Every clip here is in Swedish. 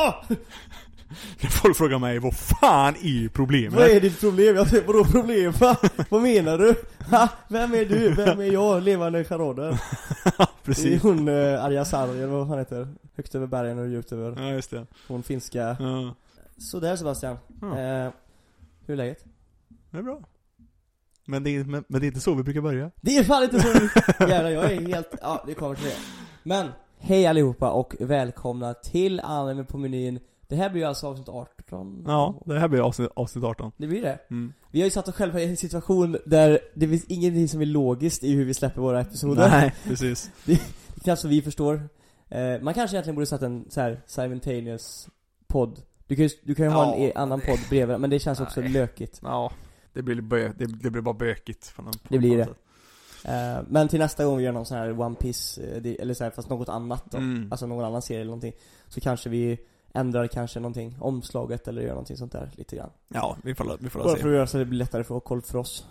När folk frågar mig, vad fan är problemet? Vad är ditt problem? Jag säger, vadå problem? Vad menar du? Vem är du? Vem är jag? Levande charader. Precis. Det är hon Arja Sarri, eller vad han heter. Högt över bergen och djupt över. Ja, just det. Hon finska. Ja. Så där Sebastian. Hur är läget? Det är bra. Men det är inte så vi brukar börja. Det är fan inte så. Jävlar, jag är helt... Ja, det kommer till det. Men, hej allihopa och välkomna till Anime på menyn. Det här blir ju alltså avsnitt 18. Ja, det här blir avsnitt 18. Det blir det. Mm. Vi har ju satt oss själva i en situation där det finns ingenting som är logiskt i hur vi släpper våra episoder. Nej, precis. Det är knappt så vi förstår. Man kanske egentligen borde sätta en så här simultaneous podd. Du kan ju ha en annan podd bredvid, men det känns också lökigt. Ja, det blir bara bökigt. Det blir det. Men till nästa gång vi gör någon sån här One Piece eller så här, fast något annat då. Alltså någon annan serie eller någonting. Så kanske vi ändrar kanske någonting, omslaget eller gör någonting sånt där lite grann. Ja, vi får bara se. För att göra så det blir lättare för att ha koll för oss.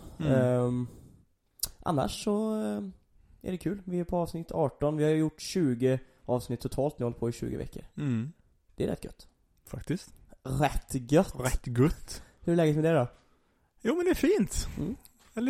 Annars så är det kul. Vi är på avsnitt 18. Vi har gjort 20 avsnitt totalt. Nu håller på i 20 veckor. Det är rätt gött. Faktiskt. Rätt gött. Hur är läget med det då? Jo, men det är fint. Jag är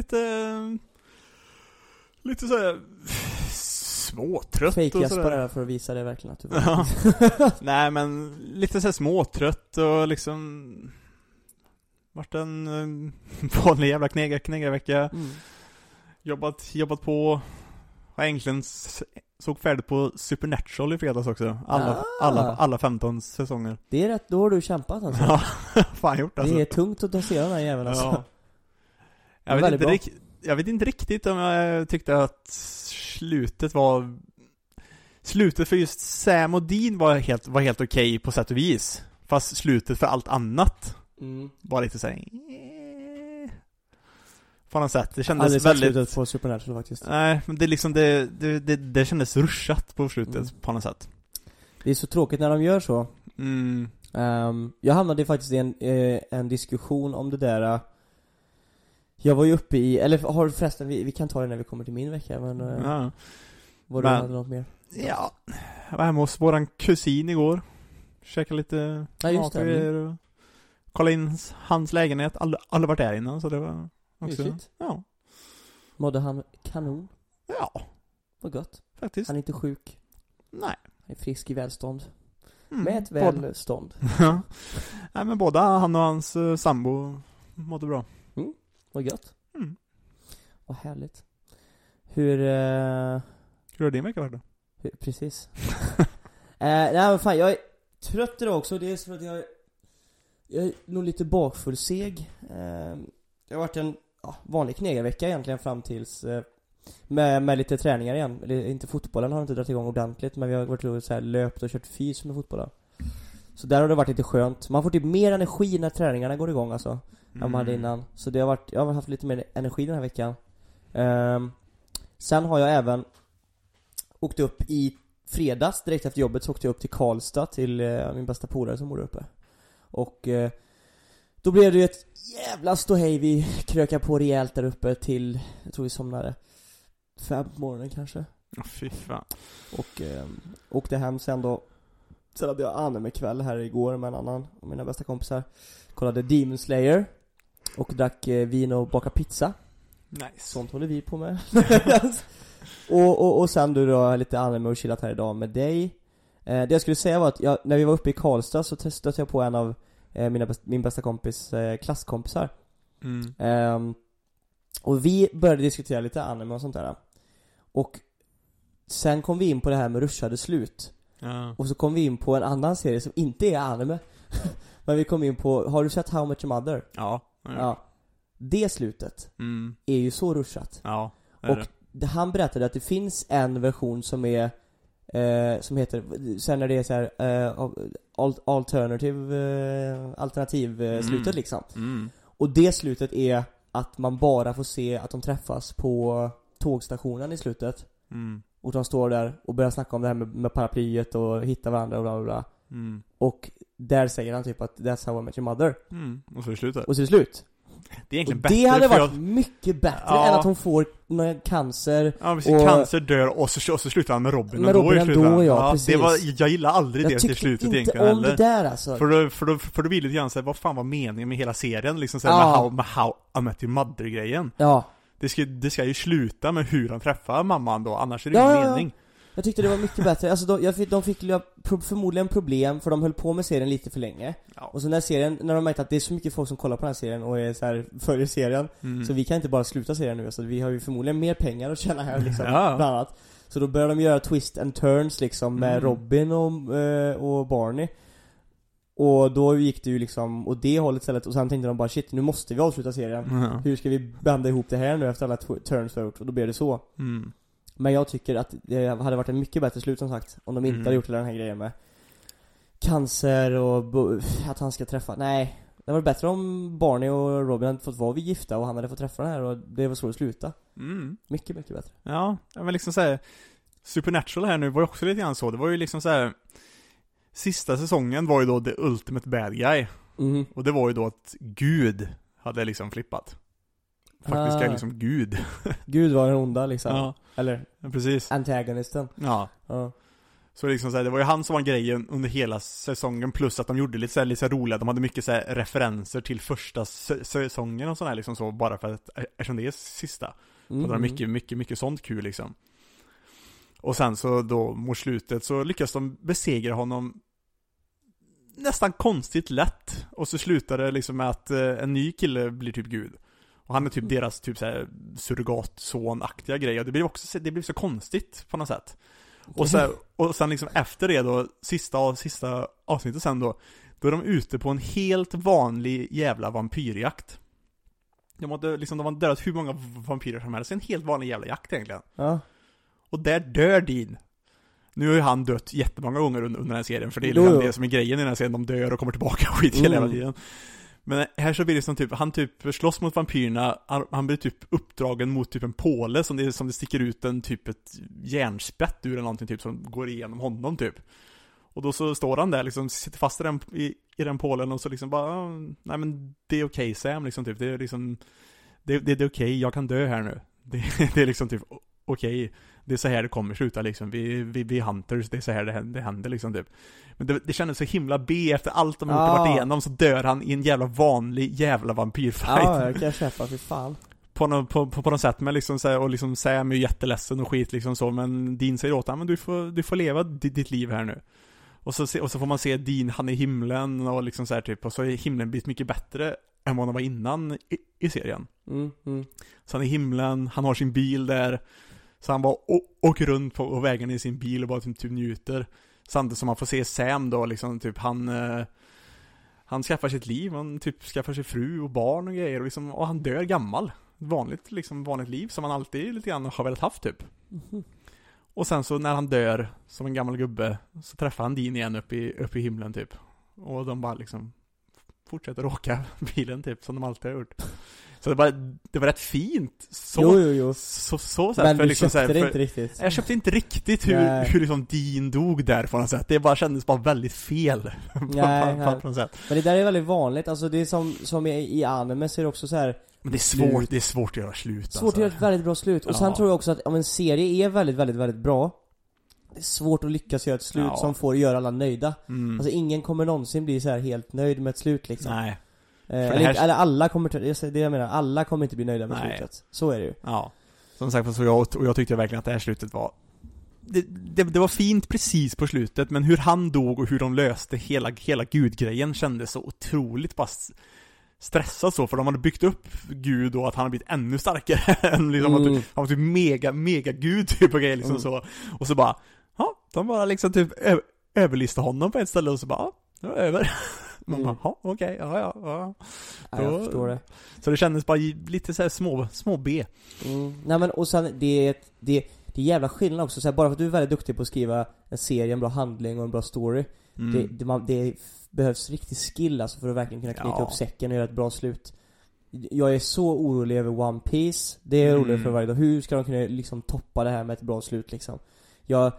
lite så här småtrött. Fejkas bara för att visa det verkligen att du ja. Nej, men lite så här småtrött och liksom varit en vanlig jävla knegarvecka. Jobbat på. Har egentligen såg färdigt på Supernatural i fredags också. Alla 15 säsonger. Det är rätt, då har du kämpat alltså. Ja, fan gjort alltså. Det är tungt att se den här jäveln alltså. Ja. Jag vet inte riktigt om jag tyckte att slutet för just Sam och Dean var helt okej på sätt och vis. Fast slutet för allt annat var lite såhär på något sätt. Det kändes väldigt slutet på Supernatural faktiskt. Nej, men det liksom det kändes ruschat på slutet på något sätt. Det är så tråkigt när de gör så. Jag hamnade faktiskt i en diskussion om det där. Jag var ju uppe i, eller har förresten vi kan ta det när vi kommer till min vecka, men var du hade något mer? Ja, jag var hemma hos våran kusin igår. Käkade lite mat och kolla in hans lägenhet. Alla varit där innan, så det var också. Mysigt. Ja. Mådde han kanon? Ja. Vad gott. Faktiskt. Han är inte sjuk. Nej. Han är frisk i välstånd. Med ett välstånd. Ja. Nej, men båda han och hans sambo mådde bra. Vad gott. Vad härligt. Hur har din vecka varit då? Precis. Nej men fan, jag är trött idag också. Det är så att jag är nog lite bakfullseg. Det har varit en vanlig knegarvecka egentligen fram tills med lite träningar igen. Inte fotbollen har inte dragit igång ordentligt, men vi har varit så här löpt och kört fys med fotbollen. Så där har det varit lite skönt. Man får typ mer energi när träningarna går igång alltså. Än man hade innan. Så det har varit, jag har haft lite mer energi den här veckan. Sen har jag även åkt upp i fredags direkt efter jobbet, så åkte jag upp till Karlstad till min bästa polare som bor där uppe. Och då blev det ju ett jävla ståhej. Vi krökade på rejält där uppe till, jag tror vi somnade 5 på morgonen kanske. Fy fan. Och åkte hem sen då. Sen hade jag anime kväll här igår med en annan av mina bästa kompisar. Kollade Demon Slayer och drack vin och bakade pizza. Nice. Sånt håller vi på med. och sen då lite anime och chillat här idag med dig. Det jag skulle säga var att när vi var uppe i Karlstad så testade jag på en av min bästa kompis klasskompisar. Och vi började diskutera lite anime och sånt där. Och sen kom vi in på det här med rushade slut. Och så kom vi in på en annan serie som inte är anime. Men vi kom in på, har du sett How Much Your Mother? Ja. Det slutet är ju så rushat. Ja. Och han berättade att det finns en version som är som heter, sen när det är så här alternativ slutet liksom. Och det slutet är att man bara får se att de träffas på tågstationen i slutet. Och de står där och börjar snacka om det här med paraplyet och hitta varandra och bla bla bla. Och där säger han typ att that's how I met your mother. Och så är det slut. Och så är det slut. Det är egentligen och bättre. det hade varit mycket bättre än att hon får cancer. Ja, precis. Cancer dör och så slutar han med Robin. Med Robin ändå, precis. Det var, jag gillar aldrig det till slutet egentligen. Jag tycker inte om det där alltså. För då vill lite grann säga, vad fan var meningen med hela serien? Liksom såhär, med How I Met Your Mother-grejen. Ja. Det ska ju sluta med hur han träffar mamman då, annars är det ingen mening. Jag tyckte det var mycket bättre. Alltså de fick förmodligen problem, för de höll på med serien lite för länge. Ja. Och så när de märkte att det är så mycket folk som kollar på den här serien och är så här följer serien, så vi kan inte bara sluta serien nu. Alltså vi har ju förmodligen mer pengar att tjäna här liksom, bland annat. Så då började de göra twist and turns liksom med Robin och Barney. Och då gick det ju liksom åt det hållet istället. Och sen tänkte de bara, shit, nu måste vi avsluta serien. Hur ska vi banda ihop det här nu efter alla turns vi har gjort? Och då blev det så. Men jag tycker att det hade varit en mycket bättre slut som sagt, om de inte hade gjort den här grejen med cancer och att han ska träffa. Nej, det var bättre om Barney och Robin hade fått vara gifta och han hade fått träffa den här och det var så att sluta. Mycket, mycket bättre. Ja, men liksom såhär, Supernatural här nu var ju också lite grann så. Det var ju liksom såhär, sista säsongen var ju då the ultimate bad guy. Och det var ju då att Gud hade liksom flippat. Faktiskt liksom Gud. Gud var den onda liksom. Ja. Eller precis. Antagonisten. Ja. Så liksom så här, det var ju han som var grejen under hela säsongen, plus att de gjorde lite så roliga. De hade mycket så här referenser till första säsongen och sådär liksom så, bara för att eftersom det är sista. Så det var mycket sånt kul liksom. Och sen så då mot slutet så lyckas de besegra honom nästan konstigt lätt. Och så slutar det liksom med att en ny kille blir typ Gud. Och han är typ deras typ så här surrogatsonaktiga grej. Och det blir så konstigt på något sätt. Och sen liksom efter det då, sista avsnittet sen då är de ute på en helt vanlig jävla vampyrjakt. De har dödat hur många vampyrer som helst. En helt vanlig jävla jakt egentligen. Ja. Och där dör Dean. Nu har ju han dött jättemånga gånger under den här serien. För det är liksom det som är grejen i den här serien. De dör och kommer tillbaka och skit hela tiden. Men här så blir det som typ, han typ slåss mot vampyrerna, han blir typ uppdragen mot typ en påle som det sticker ut en typ ett järnspett ur eller någonting typ som går igenom honom typ. Och då så står han där liksom, sitter fast i den pålen och så liksom bara, nej men det är okej, Sam liksom typ, det är liksom det är okej, jag kan dö här nu. Det är liksom typ okej. Det är så här det kommer sluta liksom. Vi hunters, det är så här det händer liksom typ. Men det kändes så himla B efter allt de har varit igenom, så dör han i en jävla vanlig jävla vampyrfight. Ja, jag kan köpa, för fan. På något sätt, men liksom så här, och liksom Sam är ju jätteledsen och skit liksom så, men Dean säger åt honom, men du får leva ditt liv här nu. Och så får man se Dean, han är i himlen och liksom så här typ, och så är himlen blivit mycket bättre än vad den var innan i serien. Så han är i himlen, han har sin bil där. Så han bara åker runt på vägen i sin bil och bara typ njuter. Samtidigt som man får se Sam då liksom typ han skaffar sitt liv, han typ skaffar sig fru och barn och grejer och liksom, och han dör gammal. Vanligt liv som han alltid lite grann har velat haft typ. Och sen så när han dör som en gammal gubbe så träffar han Dean igen upp i himlen typ. Och de bara liksom fortsätter åka bilen typ som de alltid har gjort. Så det var rätt fint. Jo. Så men för du liksom, köpte det inte riktigt. Jag köpte inte riktigt hur liksom Dean dog där på något sätt. Det kändes bara väldigt fel. Nej. På något sätt. Men det där är väldigt vanligt. Alltså det är som i anime så är det också så här. Men det är svårt att göra slut. Svårt att göra ett väldigt bra slut. Och sen tror jag också att om en serie är väldigt, väldigt, väldigt bra, det är svårt att lyckas göra ett slut som får göra alla nöjda. Alltså ingen kommer någonsin bli så här helt nöjd med ett slut liksom. Nej. Eller alla kommer det jag menar, alla kommer inte bli nöjda med slutet. Så är det ju. Ja. Som sagt, så jag tyckte verkligen att det här slutet var det var fint precis på slutet, men hur han dog och hur de löste hela gudgrejen kändes så otroligt bara stressat så, för de hade byggt upp Gud och att han hade blivit ännu starkare än liksom att han var typ mega gud typ och grejer liksom så. Och så bara, de bara liksom typ överlistade honom på ett ställe och så bara, det var över. Okej. Ja, jag förstår det. Så det kändes bara lite så här små B. Nej men och sen det är jävla skillnad också så här, bara för att du är väldigt duktig på att skriva en serie, en bra handling och en bra story. Det behövs riktig skill alltså för att verkligen kunna knyta upp säcken och göra ett bra slut. Jag är så orolig över One Piece. Det är roligt för varje dag. Hur ska de kunna liksom toppa det här med ett bra slut liksom?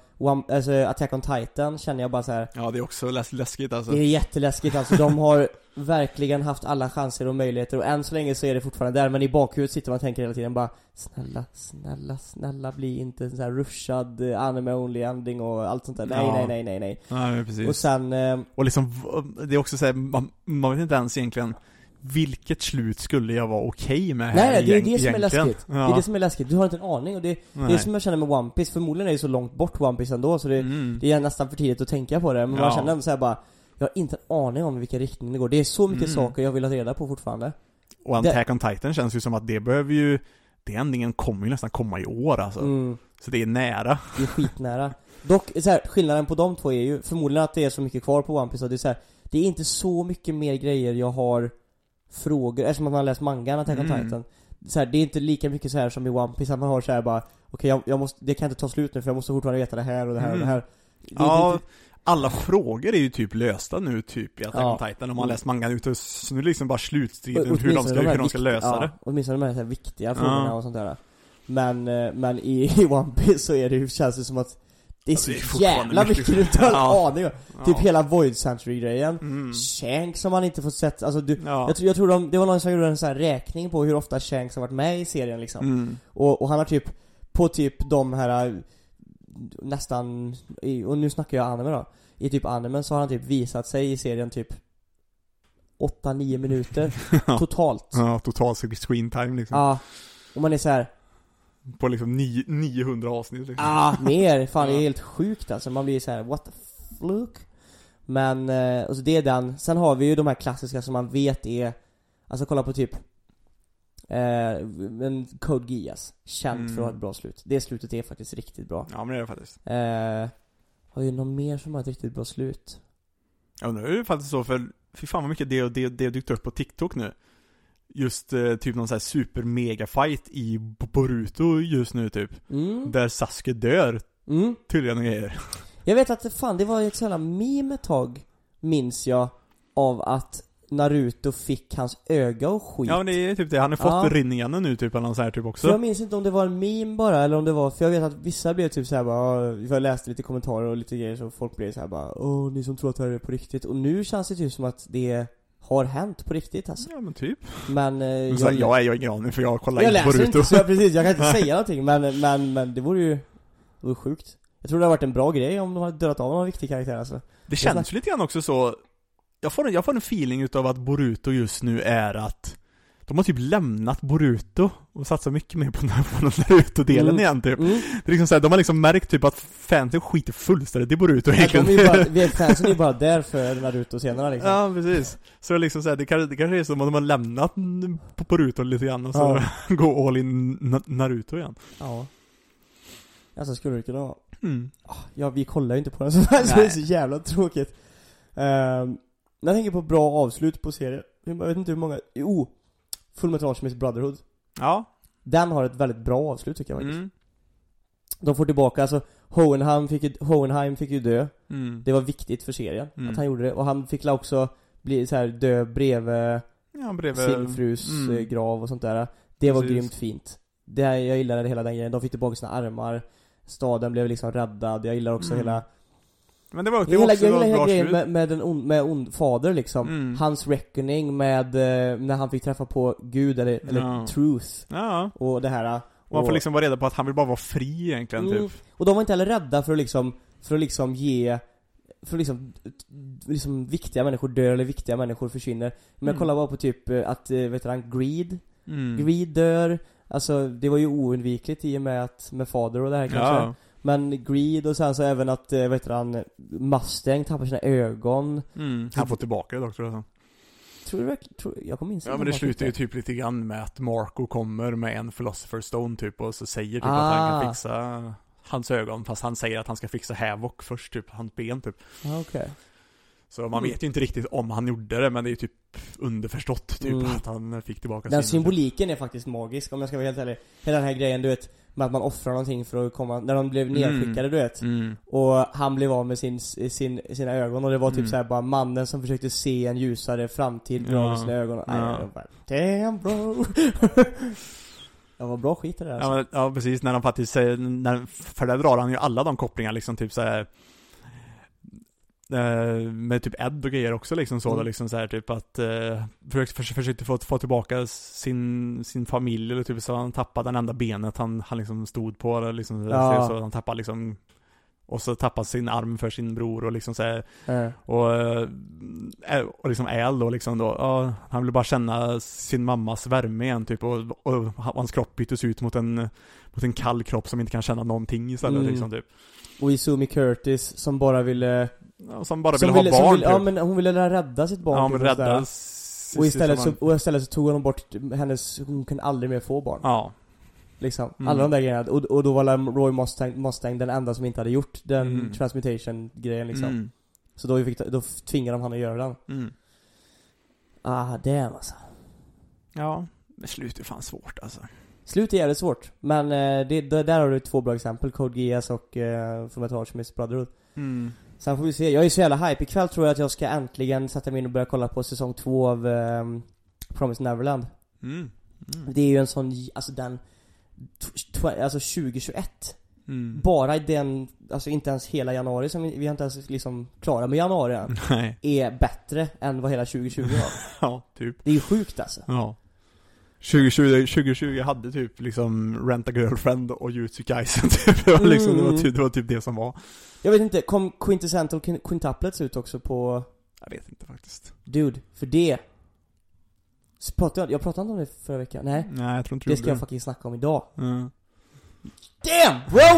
Attack on Titan känner jag bara så här. Ja, det är också läskigt alltså. Det är jätteläskigt alltså. De har verkligen haft alla chanser och möjligheter, och än så länge så är det fortfarande där, men i bakhuvudet sitter man och tänker hela tiden bara snälla bli inte så här rushad anime only ending och allt sånt där. Nej. Nej, precis. Och sen och liksom det är också så här, man vet inte ens egentligen vilket slut skulle jag vara okej med här. Nej, det är det som är egentligen. läskigt. Ja. Det är det som är läskigt. Du har inte en aning, och det är som jag känner med One Piece. Förmodligen är det så långt bort One Piece ändå, så det är nästan för tidigt att tänka på det. Men man känner ändå så här bara, jag har inte en aning om vilka riktningar det går. Det är så mycket saker jag vill ha reda på fortfarande. Och Attack on Titan känns ju som att det behöver ju, det ändringen kommer ju nästan komma i år alltså. Så det är nära. Det är skitnära. Dock, så här, skillnaden på de två är ju förmodligen att det är så mycket kvar på One Piece, och det är så här, det är inte så mycket mer grejer jag har frågor, eftersom man har läst mangan Attack on Titan. Så här, det är inte lika mycket så här som i One Piece, att man har så här bara, okej, jag måste, det kan inte ta slut nu för jag måste fortfarande veta det här och det här och det här. Alla frågor är ju typ lösta nu typ i Attack on Titan, om man läst mangan ut, så nu är det liksom bara slutstriden hur de ska lösa det. Åtminstone de här, så här viktiga frågorna och sånt där. Men i One Piece så är det ju, känns det som att det är så jävla mycket du inte har en aning om. Typ hela Void Century-grejen. Shanks som man inte fått sett. Alltså jag tror det var någon som gjorde en sån här räkning på hur ofta Shanks har varit med i serien liksom. Och han har typ på typ de här nästan, och nu snackar jag anime då. I typ animen så har han typ visat sig i serien typ 8-9 minuter totalt. Ja, totalt screen time liksom. Ja. Och man är så här på liksom 900 avsnitt liksom. Mer. Fan, det är helt sjukt alltså. Man blir så här, what the fluke? Men, och så det är den. Sen har vi ju de här klassiska som man vet är, alltså kolla på typ en Code Geass. Känt för att ha ett bra slut. Det slutet är faktiskt riktigt bra. Ja, men det är det faktiskt. Har ju någon mer som har ett riktigt bra slut? Ja, nu är det faktiskt så, för fy fan vad mycket det dykt upp på TikTok nu. Just typ någon sån här super mega fight i Boruto just nu typ. Där Sasuke dör. Tydligen och grejer. Jag vet att det var ett sådant meme ett tag, minns jag, av att Naruto fick hans öga och skit. Ja, men det är typ det. Han har fått rinningarna nu typ, eller någon sån här typ också. För jag minns inte om det var en meme bara, eller om det var, för jag vet att vissa blev typ så här bara, jag läste lite kommentarer och lite grejer, så folk blev så här bara, ni som tror att det här är på riktigt. Och nu känns det typ som att det har hänt på riktigt alltså. Ja, men typ. Men jag är ju ingen aning, för jag kollar inte på Boruto. Inte, så precis, jag kan inte säga någonting, men det vore sjukt. Jag tror det har varit en bra grej om de har dödat av någon viktig karaktär alltså. Det känns lite grann också så. Jag får en feeling utav att Boruto just nu är att de har typ lämnat Boruto och satsar mycket mer på Naruto-delen igen typ. Det är liksom så här, de har liksom märkt typ att fansen skiter fullständigt i Boruto egentligen. Fansen är bara där för Naruto senare liksom. Ja, precis. Så liksom så här, det kanske är som att de har lämnat på Boruto lite grann och så gå all in Naruto igen. Ja. Alltså skulle det kunna vara. Ja, vi kollar ju inte på den så det är så jävla tråkigt. När jag tänker på bra avslut på serier, jag vet inte hur många. Fullmetal Alchemist Brotherhood. Ja. Den har ett väldigt bra avslut tycker jag faktiskt. De får tillbaka, alltså Hohenheim fick ju dö. Det var viktigt för serien att han gjorde det. Och han fick också bli så här dö bredvid sin frus grav och sånt där. Det var grymt fint. Jag gillade hela den grejen. De fick tillbaka sina armar. Staden blev liksom räddad. Jag gillar också hela. Men det var jag också gillar hela grejen med ond fader liksom. Hans reckoning med när han fick träffa på Gud eller Truth. Ja. Och det här. Och man får liksom vara reda på att han vill bara vara fri egentligen typ. Och de var inte heller rädda för att liksom viktiga människor dör eller viktiga människor försvinner. Men jag kollar bara på typ att Greed dör. Alltså det var ju oundvikligt i och med fader och det här kanske. Ja. Men Greed och sen så även att Mustang tappar sina ögon. Han får tillbaka det också alltså. Tror du verkligen? Jag kommer minst. Ja, men det slutar ju typ lite grann med att Marco kommer med en Philosopher's Stone typ och så säger typ att han kan fixa hans ögon, fast han säger att han ska fixa Havoc först typ, hans ben typ. Okej. Så man vet ju inte riktigt om han gjorde det, men det är ju typ underförstått typ att han fick tillbaka den symboliken är faktiskt magisk, om jag ska vara helt ärlig. Hela den här grejen, du vet, med att man offrar någonting för att komma, när de blev nedskickade, du vet. Och han blev av med sina ögon, och det var typ så här bara mannen som försökte se en ljusare framtid med sina ögon. Och, damn bro. Det var bra skit det där alltså. Ja, precis, när de faktiskt för där drar han ju alla de kopplingar liksom typ så här. med typ Ed och grejer också liksom så där, liksom så här typ att försökte få tillbaka sin familj eller typ så han tappade den enda benet han liksom stod på eller liksom så han tappade liksom och så tappade sin arm för sin bror och liksom så här, och liksom Al då liksom då han ville bara känna sin mammas värme igen typ och hans kropp byttes ut mot en kall kropp som inte kan känna någonting istället liksom typ. Och Izumi Curtis som bara ville ha barn. Ja, men hon ville rädda sitt barn. Ja, men rädda och istället så tog hon bort hon kunde aldrig mer få barn. Ja. Liksom, alla de där grejerna. Och då var Roy Mustang den enda som inte hade gjort den transmutation-grejen liksom. Så då tvingade de han att göra den. Det är alltså. Ja, men slut är fan svårt alltså. Slut är jävligt svårt. Men där har du 2 bra exempel. Code Geass och Fullmetal Alchemist Brotherhood. Sen får vi se. Jag är så jävla hype. Ikväll tror jag att jag ska äntligen sätta mig in och börja kolla på säsong 2 av Promised Neverland. Det är ju en sån, alltså den 2021. Bara i den, alltså inte ens hela januari som vi har inte ens liksom klara med januari än. Nej. Är bättre än vad hela 2020 var. Ja, typ. Det är ju sjukt alltså. Ja. 2020 hade typ liksom Rent a Girlfriend och Jujutsu Kaisen typ. Det var typ det som var. Jag vet inte, kom Quintessential Quintuplets ut också på... Jag vet inte faktiskt. Dude, för det... Jag pratade inte om det förra veckan. Nej, jag tror inte det ska jag faktiskt snacka om idag. Damn,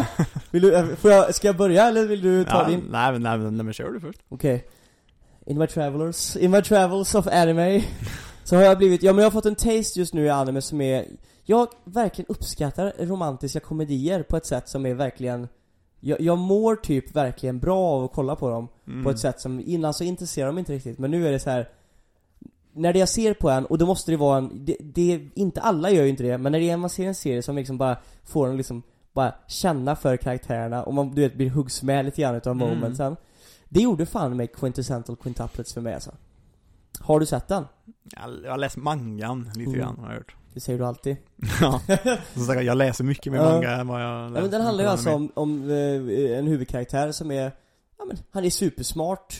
bro! Ska jag börja eller vill du ta din? Nej, men kör du först. Okej. In my travels of anime så har jag blivit... Ja, men jag har fått en taste just nu i anime som är... Jag verkligen uppskattar romantiska komedier på ett sätt som är verkligen... Jag mår typ verkligen bra av att kolla på dem på ett sätt som innan så intresserar de inte riktigt. Men nu är det så här, när jag ser på en, och då måste det vara en, det inte alla gör ju inte det, men när man ser en serie som liksom bara får en liksom bara känna för karaktärerna och man, du vet, blir huggs med lite grann utav momentsen. Det gjorde fan med Quintessential Quintuplets för mig alltså. Har du sett den? Jag har läst mangan lite grann har jag hört. Det säger du alltid. Ja, jag läser mycket med manga än vad jag läser. Ja, men den handlar ju alltså om en huvudkaraktär som är, ja, men han är supersmart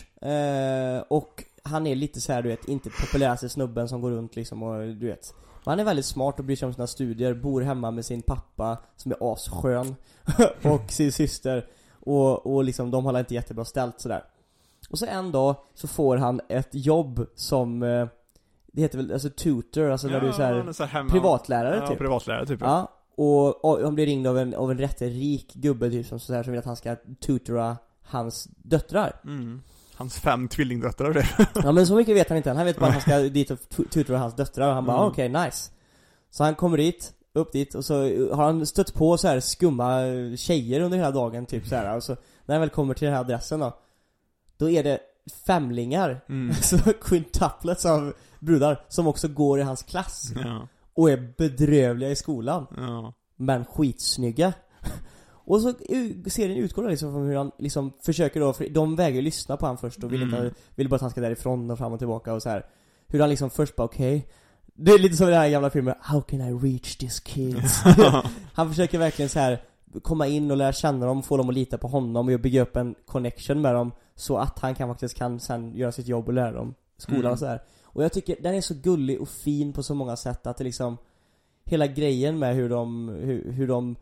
och han är lite så här, du vet, inte populäraste snubben som går runt liksom och du vet. Men han är väldigt smart och bryr sig om sina studier, bor hemma med sin pappa som är asskön och sin syster och liksom de har inte jättebra ställt sådär. Och så en dag så får han ett jobb som det heter väl alltså tutor, alltså när du är så här privatlärare typ. Privatlärare typ. Ja, och han blir ringd av en rätt rik gubbe typ som så här som vill att han ska tutora hans döttrar. Hans 5 tvillingdöttrar det. Ja, men så mycket vet han inte än. Han vet bara att han ska dit och tutora hans döttrar och han bara okej, nice. Så han kommer upp dit och så har han stött på så här skumma tjejer under hela dagen typ så här, och så när han väl kommer till den här adressen då är det femlingar, så quintuplets av brudar som också går i hans klass och är bedrövliga i skolan, men skitsnygga. Och så serien utgår liksom från hur han liksom försöker då, för de vägrar lyssna på han först och vill bara att han ska därifrån och fram och tillbaka och så här. Hur han liksom först bara okej. Det är lite som i den här gamla filmen How can I reach these kids? Han försöker verkligen så här komma in och lära känna dem, få dem att lita på honom och bygga upp en connection med dem så att han kan sen göra sitt jobb och lära dem skolan och så här. Och jag tycker den är så gullig och fin på så många sätt att det liksom hela grejen med hur de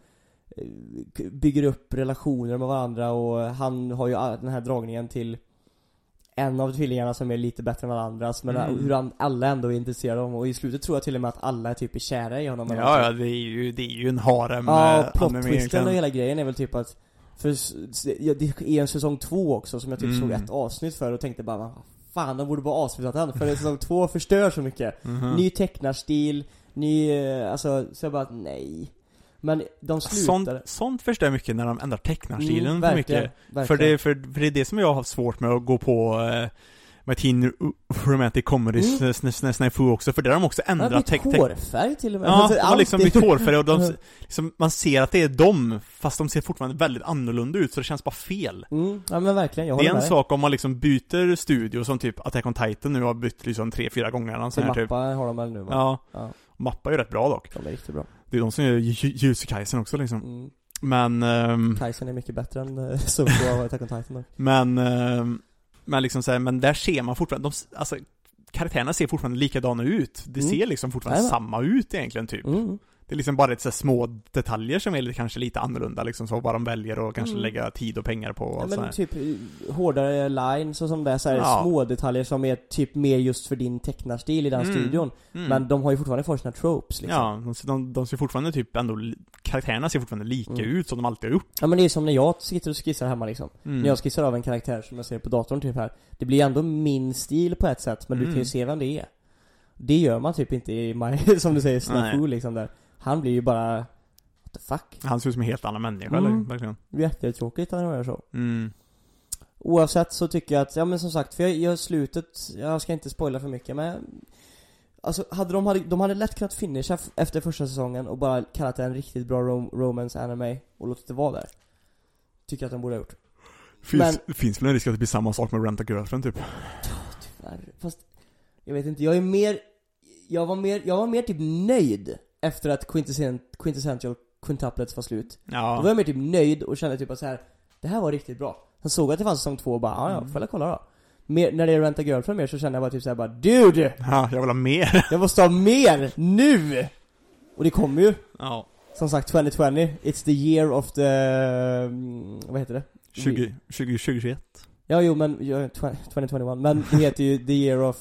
bygger upp relationer med varandra, och han har ju den här dragningen till en av tvillingarna som är lite bättre än alla andras, men hur alla ändå är intresserade av honom, och i slutet tror jag till och med att alla är typ kära i honom. Ja, det är ju en harem. Ja, plot-twisten och hela grejen är väl typ att det är en säsong 2 också som jag typ såg ett avsnitt för och tänkte bara fan, de borde bara avslutat den, för säsong 2 förstör så mycket. Ny tecknarstil, alltså så jag bara nej. Men de slutar. Sånt förstör mycket när de ändrar tecknarstilen för mycket. Verkligen. För det är det som jag har svårt med att gå på med teen romantic comedies nästan fu också, för där har de också ändrat hårfärg till och med. Ja, alltså, de har liksom bytt hårfärg och liksom, man ser att det är dem, fast de ser fortfarande väldigt annorlunda ut, så det känns bara fel. Ja, men verkligen, jag det är en sak om man liksom byter studio, som typ Attack on Titan nu har bytt liksom 3-4 gånger. Så Mappa typ har de väl nu, va? Ja. Mappa är ju rätt bra dock. De är riktigt bra. Det är de som gör Jujutsu Kaisen också liksom. Men Kaisen är mycket bättre än Soko av Attack on Titan. Men Men liksom så här, men där ser man fortfarande alltså karaktärerna ser fortfarande likadana ut. Det ser liksom fortfarande samma ut egentligen typ. Det är liksom bara ett så små detaljer som är kanske lite annorlunda liksom, så vad de väljer och kanske lägga tid och pengar på. Och men typ hårdare lines och som det är så här små detaljer som är typ mer just för din tecknarstil i den studion. Men de har ju fortfarande för sina tropes liksom. Ja, de ser fortfarande typ ändå, karaktärerna ser fortfarande lika ut som de alltid har gjort. Ja, men det är som när jag sitter och skissar hemma liksom. När jag skissar av en karaktär som jag ser på datorn typ här. Det blir ändå min stil på ett sätt, men du kan ju se vem det är. Det gör man typ inte i som du säger, Snafu liksom där. Han blir ju bara what the fuck. Han ser ut som en helt annan människa eller verkligen. Jättetråkigt att han gör så. Oavsett så tycker jag att, ja men som sagt, för jag slutet, jag ska inte spoila för mycket, men alltså de hade lätt kunnat finisha efter första säsongen och bara kallat det en riktigt bra romance anime och låtit det vara där. Tycker jag att de borde ha gjort. Finns väl en risk att det blir samma sak med Rent a Girlfriend typ? Tyvärr. Fast jag vet inte, jag var mer typ nöjd efter att Quintessential Quintuplets var slut. Ja. Då var jag mer typ nöjd och kände typ att så här, det här var riktigt bra. Sen såg jag att det fanns säsong 2 och bara, ja, får jag kolla då. När det är Rent a Girlfriend mer så kände jag bara typ så här, bara, dude! Ja, jag vill ha mer. Jag måste ha mer, nu! Och det kommer ju. Ja. Som sagt, 2020, it's the year of the, vad heter det? 2021. Ja, jo, men 2021. Men det heter ju the year of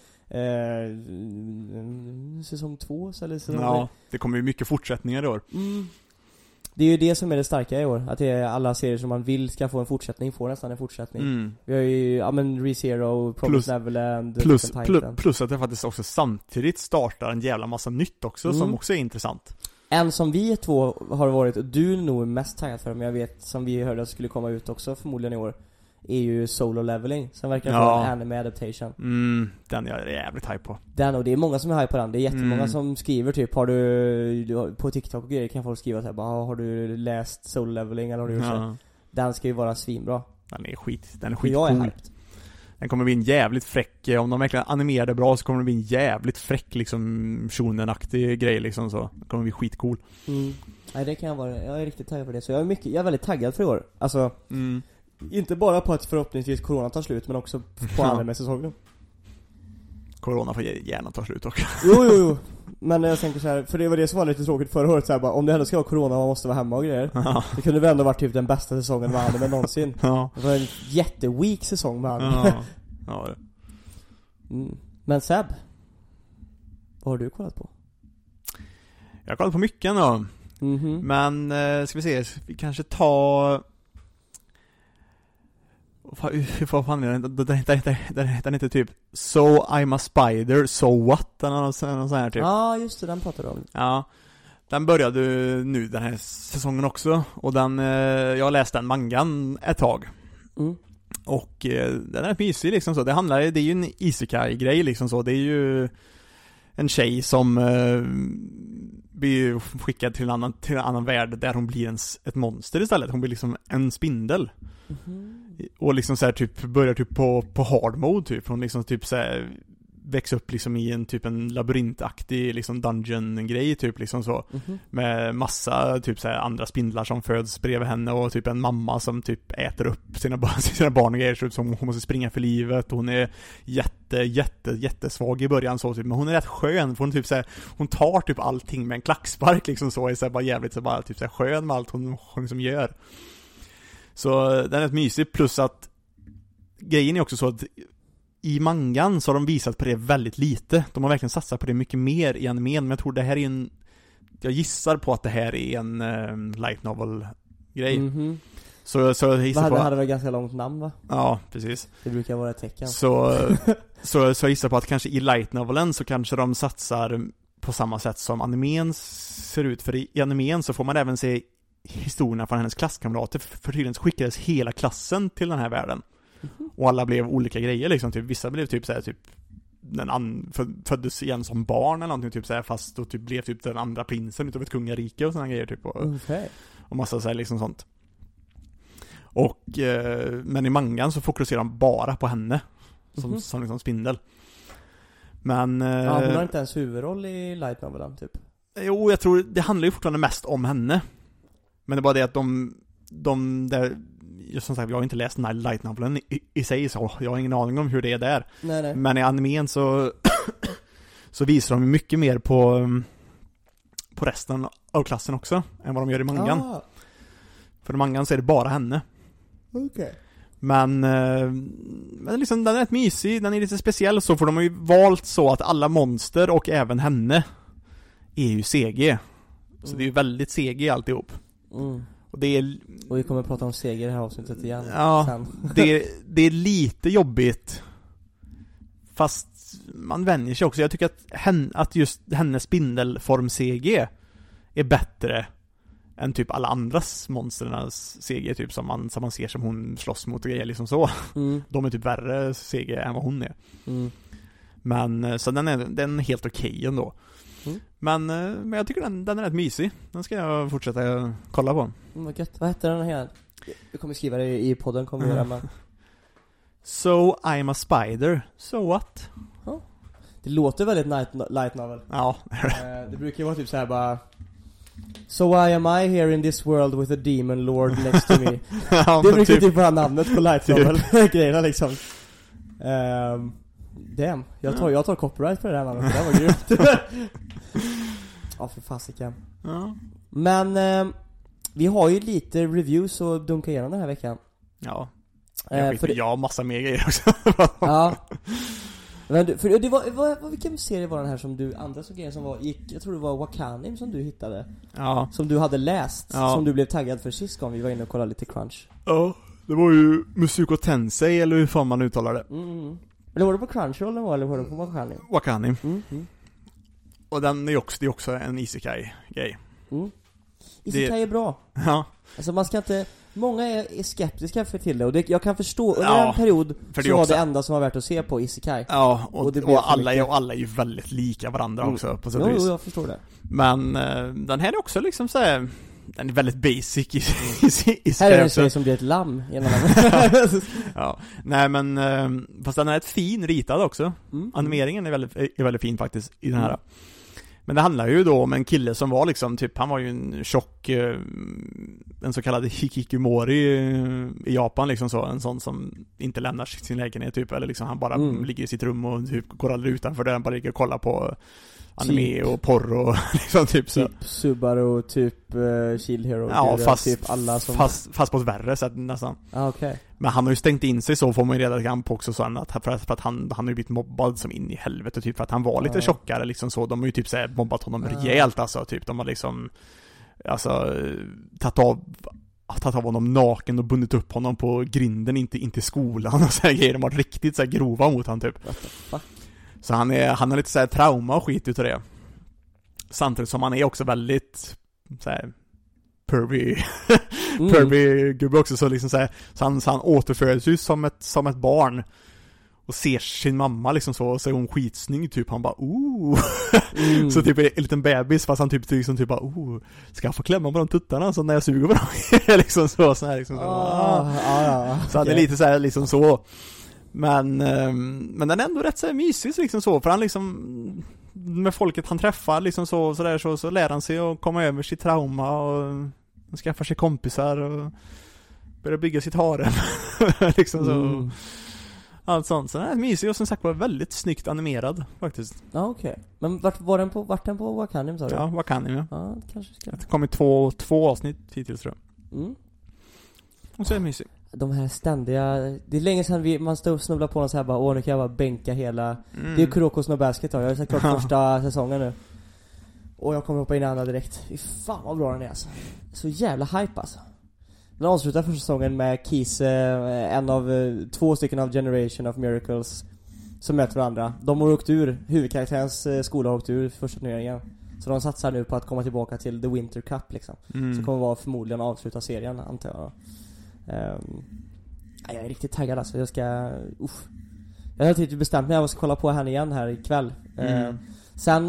säsong 2 eller säsong 3. Ja, det kommer ju mycket fortsättningar i år. Det är ju det som är det starka i år, att det är alla serier som man vill ska få en fortsättning, får nästan en fortsättning. Vi har ju, ja men ReZero, Promised Neverland, plus att det faktiskt också samtidigt startar en jävla massa nytt också som också är intressant. En som vi två har varit, och du nog är mest taggad för, men jag vet som vi hörde att skulle komma ut också förmodligen i år, är ju Solo Leveling, som verkar få en anime adaptation. Den jag är jävligt hype på. Den, och det är många som är hype på den. Det är jättemånga som skriver typ, har du på TikTok och grejer kan folk skriva så här, bara, har du läst Solo Leveling eller har du gjort så? Den ska ju vara svinbra. Den är skitcool. Den kommer bli en jävligt fräck, om de verkligen animerar det bra så kommer det bli en jävligt fräck liksom shonen-aktig grej liksom, så det kommer bli skitcool. Nej, det kan jag vara. Jag är riktigt taggad för det, så jag är väldigt taggad för i år. Alltså inte bara på att förhoppningsvis corona tar slut, men också på anime-säsongen. Corona får gärna ta slut också. Jo. Men jag tänker så här, för det var det som var lite tråkigt förra året så här, bara, om det ändå ska vara corona och man måste vara hemma och grejer. Det kunde väl ändå varit typ den bästa säsongen med anime någonsin. Det var en jätteweak säsong med anime. Ja. Men Seb, vad har du kollat på? Jag har kollat på mycket då. Men ska vi se, vi kanske tar... Vad fan är den heter typ So I'm a Spider, So What, någon sån här typ. Ja, just det, den pratar du om. Ja, den började nu den här säsongen också. Och jag har läst den mangan ett tag. Och den är mysig liksom så. Det är ju en isekai-grej liksom så. Det är ju en tjej som blir skickad till en annan värld där hon blir ett monster istället. Hon blir liksom en spindel. Och liksom så här typ börjar typ på hard mode typ. Hon liksom typ så här växer upp liksom i en labyrintaktig liksom dungeon grej typ liksom så. Med massa typ så här andra spindlar som föds bredvid henne och typ en mamma som typ äter upp sina barn och grejer så hon måste springa för livet. Hon är jättesvag i början så typ, men hon är rätt skön för hon typ så här, hon tar typ allting med en klackspark liksom så, är så här bara jävligt så bara typ så här skön med allt hon liksom gör. Så den är rätt mysig, plus att grejen är också så att i mangan så har de visat på det väldigt lite. De har verkligen satsat på det mycket mer i animen, men jag tror det här är jag gissar på att det här är en light novel grej. Så jag gissar på... Det hade väl ganska långt namn, va? Ja, precis. Det brukar vara ett tecken. Så jag gissar på att kanske i light novelen så kanske de satsar på samma sätt som animen ser ut. För i animen så får man även se historierna från hennes klasskamrater. För tydligen så skickades hela klassen till den här världen. Och alla blev olika grejer liksom. Typ, vissa blev typ såhär typ föddes igen som barn eller någonting typ såhär, fast då typ blev typ den andra prinsen utav ett kungarike och såna grejer typ. Och massa såhär liksom sånt. Och men i mangan så fokuserar de bara på henne som liksom spindel. Men hon har inte ens huvudroll i light novelen typ. Jo, jag tror det handlar ju fortfarande mest om henne. Men det är bara det att de där som sagt, jag har inte läst den här light novelen i sig, så jag har ingen aning om hur det är där. Nej. Men i animen så visar de mycket mer på resten av klassen också än vad de gör i mangan. För i mangan så är det bara henne. Okej. Men liksom, den är rätt mysig, den är lite speciell så, för de har ju valt så att alla monster och även henne är ju CG. Så det är ju väldigt CG alltihop. Och vi kommer att prata om CG i det här avsnittet igen. Ja, sen. det är lite jobbigt. Fast man vänjer sig också. Jag tycker att just hennes spindelform-CG är bättre än typ alla andras monsternas CG typ som man ser som hon slåss mot och grejer liksom så. De är typ värre CG än vad hon är. Men så den är helt okej ändå. Men jag tycker den är rätt mysig. Den ska jag fortsätta kolla på. Vad gött. Vad heter den här? Jag kommer skriva det i podden, kommer jag göra. So I'm a spider. So what? Det låter väldigt light novel. Ja. Det brukar ju vara typ så här bara: So why am I here in this world with a demon lord next to me? Ja, det brukar typ vara namnet på light novel grejerna liksom. Damn, jag tar copyright på det här namnet. Det var grymt. Ja, för fasiken. Ja. Men vi har ju lite reviews att dunka igenom den här veckan. Ja. Jag har massa mer grejer också. Ja. Men för det var vilken serie var den här som du andra såg som jag tror det var Wakanim som du hittade. Ja. Som du hade läst, ja. Som du blev taggad för sist gång vi var inne och kollade lite Crunch. Ja, det var ju Musuko Tensei eller hur fan man uttalar det. Eller var det på Crunchyroll eller var det på Wakanim? Wakanim. Och den är också en isekai-grej. Isekai är bra. Ja. Alltså man ska inte... Många är skeptiska för till det. Och jag kan förstå, under en period så var det enda som var värt att se på isekai. Ja, och alla är ju väldigt lika varandra också på så vis. Jo, jag förstår det. Men den här är också liksom så här, den är väldigt basic i här är en tjej som blir ett lamm genom ja, nej men fast den är rätt fin ritad också. Animeringen är väldigt fin faktiskt i den här. Men det handlar ju då om en kille som var liksom typ, han var ju en tjock en så kallad hikikomori i Japan liksom så, en sån som inte lämnar sin lägenhet typ, eller liksom han bara ligger i sitt rum och typ går aldrig utanför där, han bara ligger och kollar på anime och porr och liksom typ så. Typ Subaru, typ Shield Hero. Ja, fast, typ alla som... fast på ett värre sätt nästan. Okay. Men han har ju stängt in sig så, får man ju reda på också så att för att han har ju blivit mobbad som in i helvete typ, för att han var lite tjockare liksom så. De har ju typ så här mobbat honom rejält alltså typ. De har liksom tagit av honom naken och bundit upp honom på grinden inte i skolan och så här grejer. De har riktigt så här grova mot han typ. Så han har lite så här trauma och skit utav det. Samtidigt som han är också väldigt så här pervy gubbe också, så liksom så här, så han återförs ju som ett barn och ser sin mamma liksom så är hon skitsnygg typ, han bara så typ en liten bebis, fast han typ bara ska jag få klämma på de tuttarna så när jag suger på dem liksom så här liksom så han är lite så här liksom så. Men den är ändå rätt så här mysig liksom så, för han liksom med folket han träffar liksom så lär han sig att komma över sitt trauma och skaffar sig kompisar och börjar bygga sitt harem liksom så. Allt sånt. Så den är mysig och som sagt var väldigt snyggt animerad faktiskt. Ja, okej. Men vart den på Wakanim sa du? Ja, Wakanim, ja. Ja, kanske ska. Det kommer två avsnitt hittills tror jag. Och så är det mysig. De här ständiga... Det är länge sedan man stod och snubblade på någon så här bara, nu kan jag bara bänka hela... Det är Kuroko's no Basket då. Jag har sett klart första säsongen nu. Och jag kommer hoppa in i andra direkt. Fy fan vad bra den är alltså. Så jävla hype alltså. Den avslutar första säsongen med Keys, en av 2 stycken av Generation of Miracles som möter varandra. De har åkt ur, huvudkaraktärens skola har åkt ur första turneringen. Så de satsar nu på att komma tillbaka till The Winter Cup liksom. Så kommer vara förmodligen avsluta serien antar jag. Jag är riktigt taggad alltså. Jag har typ bestämt mig att jag ska kolla på henne igen här ikväll. Sen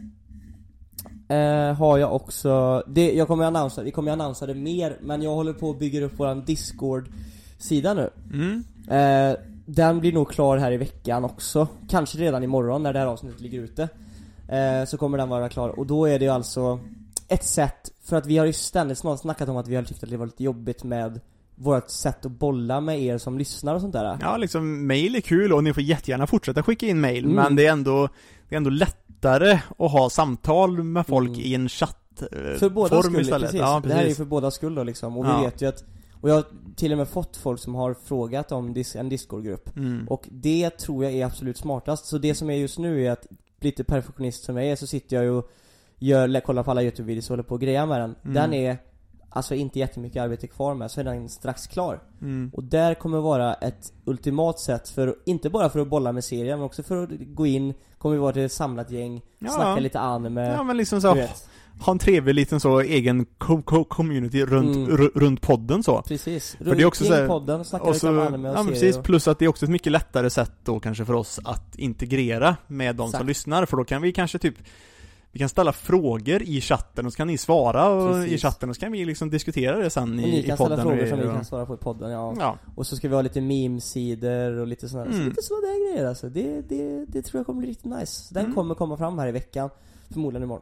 har jag också vi kommer annonsera det mer, men jag håller på att bygga upp våran Discord-sida nu. Den blir nog klar här i veckan också. Kanske redan imorgon när det här avsnittet ligger ute. Så kommer den vara klar. Och då är det ju alltså ett sätt, för att vi har ju ständigt snackat om att vi har tyckt att det var lite jobbigt med vårt sätt att bolla med er som lyssnar och sånt där. Ja, liksom mail är kul och ni får jättegärna fortsätta skicka in mail, men det är ändå lättare att ha samtal med folk i en chatt för båda skull istället. Precis. Ja, precis. Det här är ju för båda skull då liksom. Och vi vet ju att, och jag har till och med fått folk som har frågat om en Discord-grupp. Och det tror jag är absolut smartast. Så det som är just nu är att, lite perfektionist som jag är, så sitter jag och kollar på alla YouTube-videos och håller på och grejer med den. Den är alltså inte jättemycket arbete kvar med, så är den strax klar. Och där kommer vara ett ultimat sätt för, inte bara för att bolla med serien, men också för att gå in, kommer vi vara till ett samlat gäng, snacka lite anime. Ja, men liksom så, ha en trevlig liten så egen community runt podden så. Precis. För det är också så här, podden, snacka lite om anime och serier. Precis, plus att det är också ett mycket lättare sätt då kanske för oss att integrera med de som lyssnar, för då kan vi kanske typ, vi kan ställa frågor i chatten och så kan ni svara i chatten och så kan vi liksom diskutera det sen i podden. Ni kan ställa frågor som vi kan svara på i podden, ja. Och så ska vi ha lite meme-sidor och lite sådana lite sådana där grejer alltså. Det tror jag kommer bli riktigt nice. Så den kommer komma fram här i veckan, förmodligen imorgon.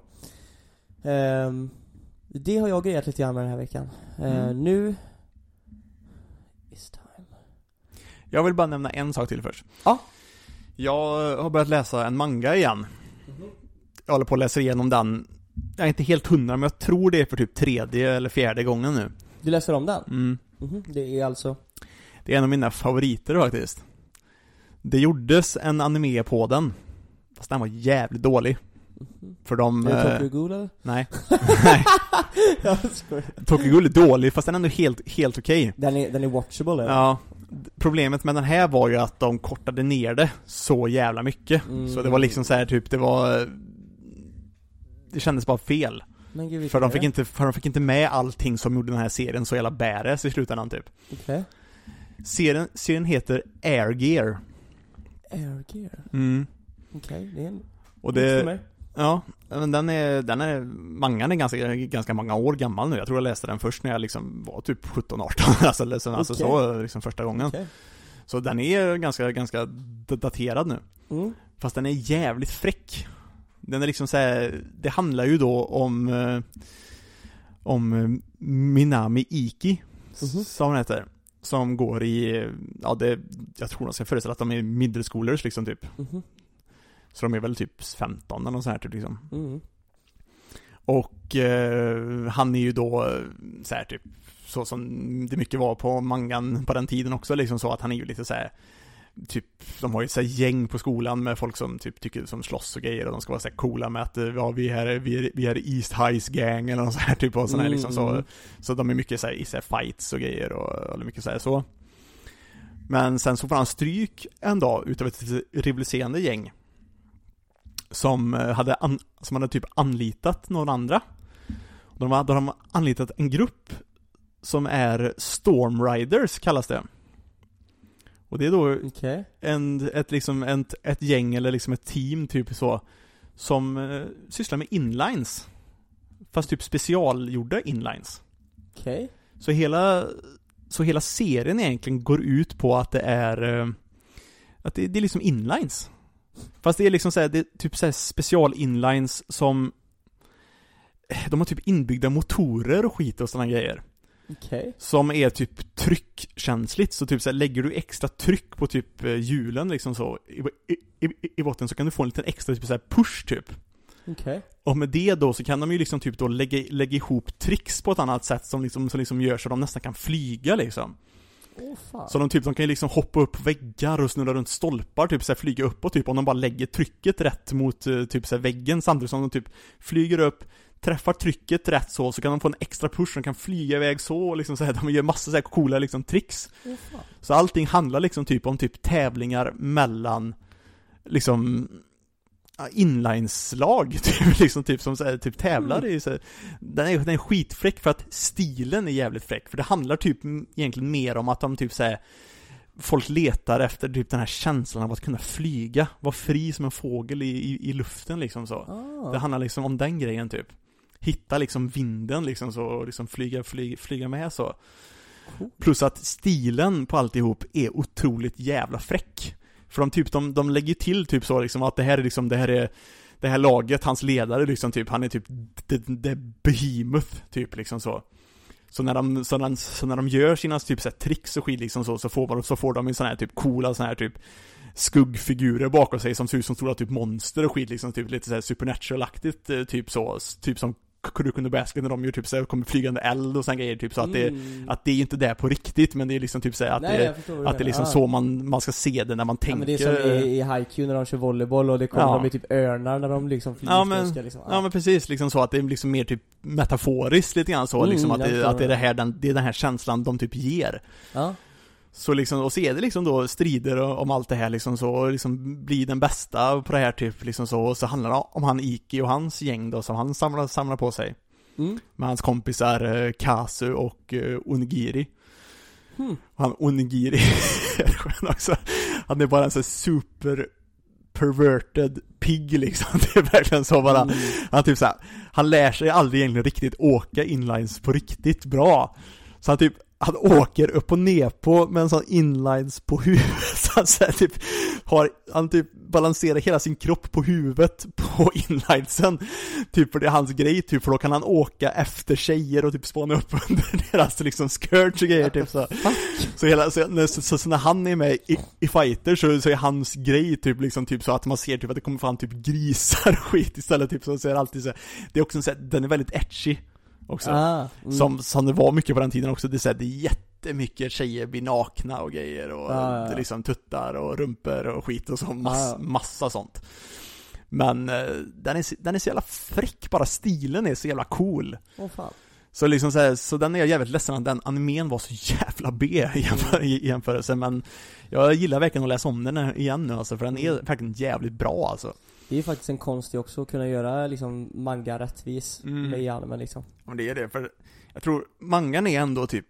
Det har jag grejat lite grann med den här veckan. Nu is time. Jag vill bara nämna en sak till först. Ja. Jag har börjat läsa en manga igen. Jag håller på att läsa igenom den. Jag är inte helt 100, men jag tror det är för typ 3:e eller 4:e gången nu. Du läser om den? Det är alltså, det är en av mina favoriter faktiskt. Det gjordes en anime på den, fast den var jävligt dålig. För de... Är det Tokyo Ghoul eller? Nej. Tokyo Ghoul är dålig, fast den är ändå helt okej. Den är watchable eller? Ja. Problemet med den här var ju att de kortade ner det så jävla mycket. Så det var liksom så här typ, det kändes bara fel. Men gud, för de fick inte med allting som gjorde den här serien så jävla bäres i slutändan typ. Okej. Serien heter Air Gear. Air Gear? Okej, det är en... Och det... Ja, men den är mangan är ganska många år gammal nu. Jag tror jag läste den först när jag liksom var typ 17-18 alltså så liksom första gången. Så den är ganska daterad nu. Fast den är jävligt fräck. Den är liksom så här, det handlar ju då om Minami Iki som hon heter, som går i jag tror de ska föreställa att de är middle schoolers liksom typ. Så de är väl typ 15 eller något så här typ liksom. Och han är ju då så här typ så som det mycket var på mangan på den tiden också liksom, så att han är ju lite så här typ, de har ju så här gäng på skolan med folk som typ tycker som slåss och grejer, och de ska vara så här coola med att vi är East Highs gang eller något så här typ, och sån här liksom så de är mycket så här i så här fights och grejer och mycket så här så. Men sen så får han stryk en dag utav ett rivaliserande gäng som hade typ anlitat någon andra. De hade anlitat en grupp som är Storm Riders kallas det. Och det är då ett gäng eller liksom ett team typ så som sysslar med inlines. Fast typ specialgjorda inlines. Så hela serien egentligen går ut på att det är liksom inlines. Fast det är liksom så här, det är typ så här special inlines som de har typ inbyggda motorer och skit och sådana grejer. Som är typ tryckkänsligt, så typ så här, lägger du extra tryck på typ hjulen liksom så i botten, så kan du få en liten extra typ så här push typ. Och med det då så kan de ju liksom typ då lägga ihop tricks på ett annat sätt som liksom gör så de nästan kan flyga liksom. Så de kan ju liksom hoppa upp på väggar och snurra runt stolpar, typ så här, flyga upp och typ om de bara lägger trycket rätt mot typ så här, väggen samtidigt som de typ flyger upp, träffar trycket rätt så kan de få en extra push, de kan flyga iväg så liksom så här, de gör massa så här coola liksom tricks. Så allting handlar liksom typ om typ tävlingar mellan liksom inlineslag typ, liksom typ som så här, typ tävlar i så här. Den är skitfräck för att stilen är jävligt fräck, för det handlar typ egentligen mer om att de typ så här, folk letar efter typ den här känslan av att kunna flyga, vara fri som en fågel i luften liksom så. Det handlar liksom om den grejen typ. Hitta liksom vinden liksom så, och liksom flyga med så. Plus att stilen på alltihop är otroligt jävla fräck. För de lägger till typ så liksom att det här laget, hans ledare liksom typ, han är typ the behemoth typ liksom så. Så när de gör sina typ så här tricks och skit liksom så får de ju såna här typ coola såna här typ skuggfigurer bakom sig som ser ut som stora typ monster och skit liksom, typ lite så här supernatural-aktigt, typ som Kuroko no Basket när de gör typ så här, kommer flygande eld och såna grejer typ, så att det är ju inte det på riktigt, men det är liksom typ så här, att det är liksom så man ska se det när man tänker. Men det är som i Haikyuu när de kör volleyboll och det kommer de i typ örnar när de liksom flyger. Ja men precis, liksom så att det är liksom mer typ metaforiskt lite grann så liksom att det är den här känslan de typ ger. Ja. Så liksom, och så är det liksom då strider om allt det här liksom så, och liksom blir den bästa på det här typ liksom så, och så handlar det om han Iki och hans gäng då som han samlar på sig. Med hans kompisar Kazu och Onigiri. Han Onigiri också. Han är bara en så super perverted pig liksom. Det är verkligen så bara. Han typ så här, han lär sig aldrig egentligen riktigt åka inlines på riktigt bra. Så han åker upp och ner på med en sån inlines på huvudet, så han så här, han balanserar hela sin kropp på huvudet på inlinesen typ, för det är hans grej typ, för då kan han åka efter tjejer och typ spåna upp under deras liksom skirts och grejer typ så. Så när han är med i fighter så är hans grej typ liksom typ så att man ser typ att det kommer fram typ grisar och skit istället typ, så är det alltid så. Det är också så, den är väldigt etchy också. Som det var mycket på den tiden också. Det är jättemycket tjejer blir nakna och grejer och det liksom tuttar och rumpor och skit och så massa sånt. Men den är så jävla fräck, bara stilen är så jävla cool. Fan. Så liksom så den är jag jävligt ledsen att den animen var så jävla B i jämförelse, men jag gillar verkligen att läsa om den igen nu alltså, för den är verkligen jävligt bra alltså. Det är ju faktiskt en konst också att kunna göra liksom manga rättvis med anime liksom. Och det är det, för jag tror mangan är ändå typ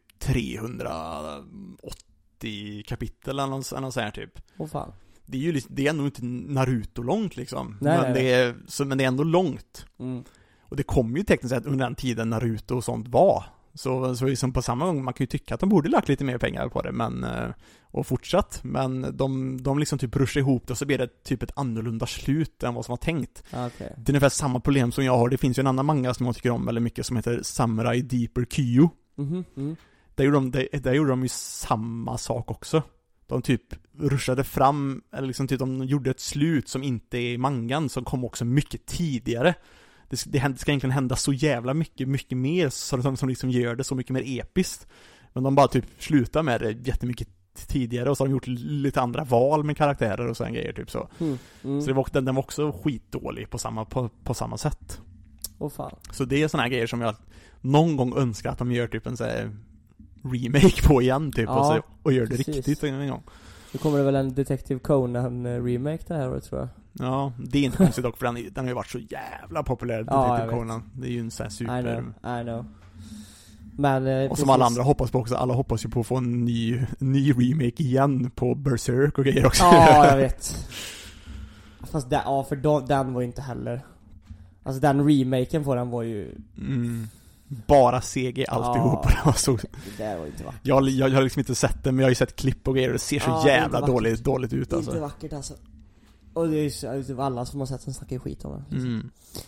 380 kapitel eller något sånt här typ. Fan. Det är ändå inte Naruto långt liksom. Nej. Men det är ändå långt. Och det kom ju tekniskt sett under den tiden Naruto och sånt var. Så liksom på samma gång, man kan ju tycka att de borde lagt lite mer pengar på det, men och fortsatt, men de liksom typ ruschar ihop det och så blir det typ ett annorlunda slut än vad som var tänkt. Okay. Det är ungefär samma problem som jag har. Det finns ju en annan manga som jag tycker om väldigt mycket som heter Samurai Deeper Kyo. Där gjorde de ju samma sak också. De typ ruschade fram, eller liksom typ de gjorde ett slut som inte är i mangan, som kom också mycket tidigare. Det ska egentligen hända så jävla mycket mer som liksom gör det så mycket mer episkt. Men de bara typ slutar med det jättemycket tidigare, och så har de gjort lite andra val med karaktärer och sådana grejer typ så. Så den var också skitdålig på samma sätt. Fan. Så det är såna här grejer som jag någon gång önskar att de gör typ en så här remake på igen typ, och gör det riktigt en gång. Nu kommer det väl en Detective Conan remake det här året, tror jag. Ja, det är inte konstigt dock, för den har ju varit så jävla populär, Detective Conan. Det är ju en sån här super... I know. Men, och som alla andra hoppas på också. Alla hoppas ju på att få en ny remake igen på Berserk och grejer också. Ja, jag vet. Fast för den var ju inte heller... Alltså den remaken på den var ju... Bara CG alltihop. Det var inte vackert. Jag har liksom inte sett den, men jag har ju sett klipp och grejer, och det ser så jävla dåligt ut alltså. Det är inte vackert alltså. Och det är ju alla som har sett den snackar skit om det liksom.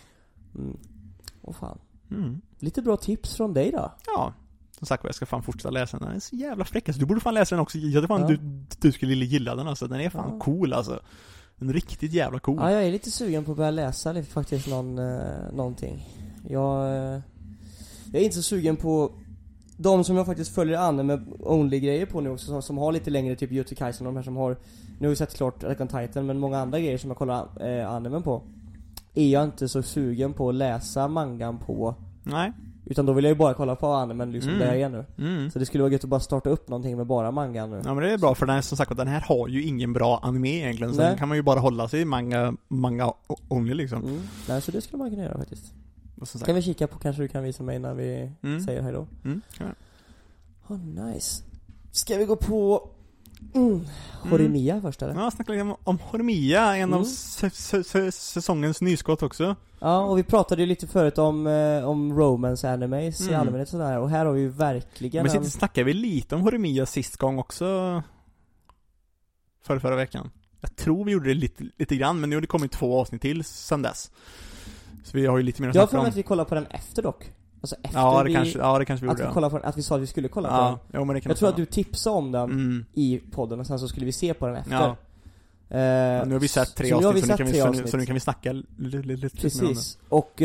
Fan. Lite bra tips från dig då. Ja, som sagt, jag ska fan fortsätta läsa den. Den är så jävla fräck alltså. Du borde fan läsa den också. Jag tror fan du skulle gilla den alltså. Den är fan cool alltså. Den är riktigt jävla cool. Ja, jag är lite sugen på att börja läsa lite, faktiskt någonting. Jag är inte så sugen på de som jag faktiskt följer anime only grejer på nu också, som har lite längre, typ Jujutsu Kaisen, de här som har, nu har vi sett klart Attack on Titan, men många andra grejer som jag kollar animen på är jag inte så sugen på att läsa mangan på. Nej. Utan då vill jag ju bara kolla på animen liksom där jag är nu. Så det skulle vara gött att bara starta upp någonting med bara mangan nu. Ja, men det är bra, för den, som sagt, att den här har ju ingen bra anime egentligen. Så den kan man ju bara hålla sig i manga only liksom. Nej, så det skulle man kunna göra faktiskt. Kan vi kika på, kanske du kan visa mig när vi säger hej då. Nice. Ska vi gå på Horimiya först eller? Ja, snacka lite om Horimiya, en av säsongens nyskott också. Ja, och vi pratade ju lite förut om romance animes i allmänhet sådär, och här har vi ju verkligen... Men sen snackade vi lite om Horimiya sist gång också förra veckan. Jag tror vi gjorde det lite grann, men nu har det kommit 2 avsnitt till sen dess. Så vi har ju lite mer att snacka om. Jag får att vi kollar på den efter dock. Alltså efter det kanske vi gjorde. Att vi sa att vi skulle kolla på den. Ja, men det kan jag tror att du tipsade om den i podden och sen så skulle vi se på den efter. Ja. Nu har vi sett 3 avsnitt så nu kan vi snacka lite precis. Och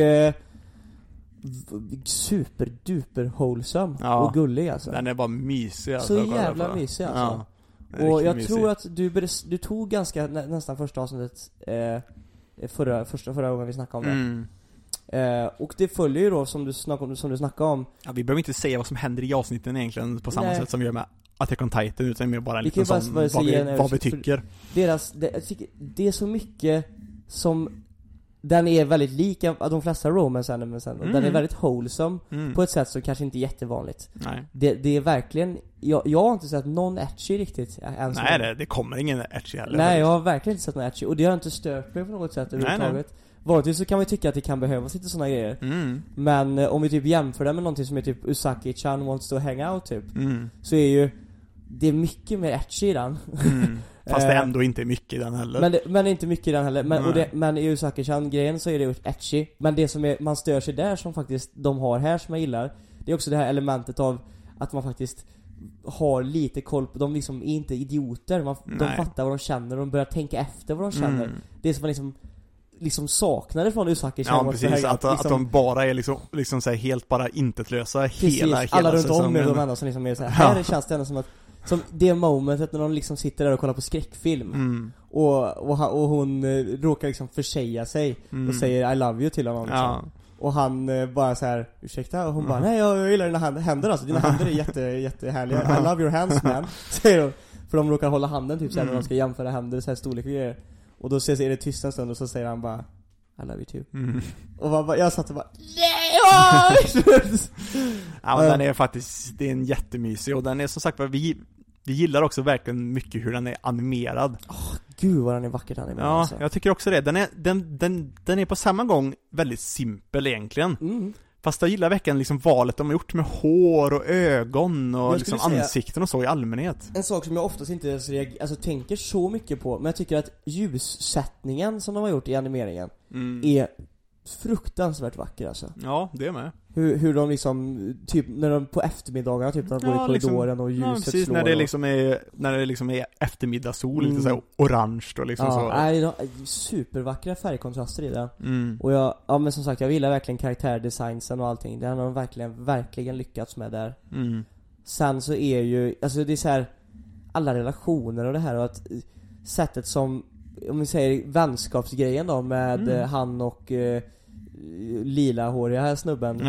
superduper wholesome och gullig alltså. Den är bara mysig alltså. Så jävla mysig alltså. Och jag tror att du tog ganska nästan första avsnittet förra gången vi snackade om det. Och det följer ju då som du snackade om. Ja, vi behöver inte säga vad som händer i avsnitten egentligen på samma sätt som vi gör med Attack on Titan, utan mer bara lite sån vad vi tycker. Det är så mycket som den är väldigt lik de flesta romance animesen. Den är väldigt wholesome på ett sätt som kanske inte är jättevanligt. Nej. Det är verkligen jag har inte sett någon etchy riktigt än. Nej, det kommer ingen etchy heller. Nej, jag har verkligen inte sett någon etchy och det har inte stört mig på något sätt överhuvudtaget. Vanligtvis så kan man tycka att det kan behövas lite såna grejer. Men om vi typ jämför det med någonting som är typ Usagi-chan wants to hang out typ, så är ju det är mycket mer etchy i den. Fast det ändå inte är mycket i den heller. Men inte mycket i den heller. Men i Usagi-chan-grejen så är det etchy. Men det som man stör sig där som faktiskt de har här som jag gillar, det är också det här elementet av att man faktiskt har lite koll på, de liksom är inte idioter. De fattar vad de känner och de börjar tänka efter vad de känner. Det är som man liksom saknade från Usagi-chan. Ja, precis. Att de bara är liksom så här helt bara intettlösa hela alla runt säsongen. om är de enda som liksom är så här. Här känns det ändå som att som det momentet när de liksom sitter där och kollar på skräckfilm och hon råkar liksom försäga sig och säger I love you till honom liksom. Och han bara så här, ursäkta, och hon bara nej, jag gillar dina händer alltså, dina händer är jättehärliga. I love your hands man, säger hon. För de råkar hålla handen typ så här när de ska jämföra händer så här storlek och grejer. Och då är det tyst en stund och så säger han bara I love you too. Och jag satt och bara ja, men den är faktiskt, det är en jättemysig och den är som sagt vi gillar också verkligen mycket hur den är animerad. Gud vad den är vackert animerad. Ja, alltså. Jag tycker också det. Den är på samma gång väldigt simpel egentligen. Fast jag gillar verkligen liksom valet de har gjort med hår och ögon och liksom ansikten och så i allmänhet. En sak som jag oftast inte tänker så mycket på, men jag tycker att ljussättningen som de har gjort i animeringen är fruktansvärt vacker alltså. Ja, det är med. Hur de liksom typ när de på eftermiddagarna typ när de går i korridoren och ljuset precis, slår. När det liksom är eftermiddagssol lite så här orange och liksom så. Ja, supervackra färgkontraster i den. Och men som sagt, jag gillar verkligen karaktärdesignsen och allting. Det har de verkligen lyckats med där. Sen så är ju alltså det är så här alla relationer och det här och att sättet som om vi säger vänskapsgrejen då med han och lila håriga här snubben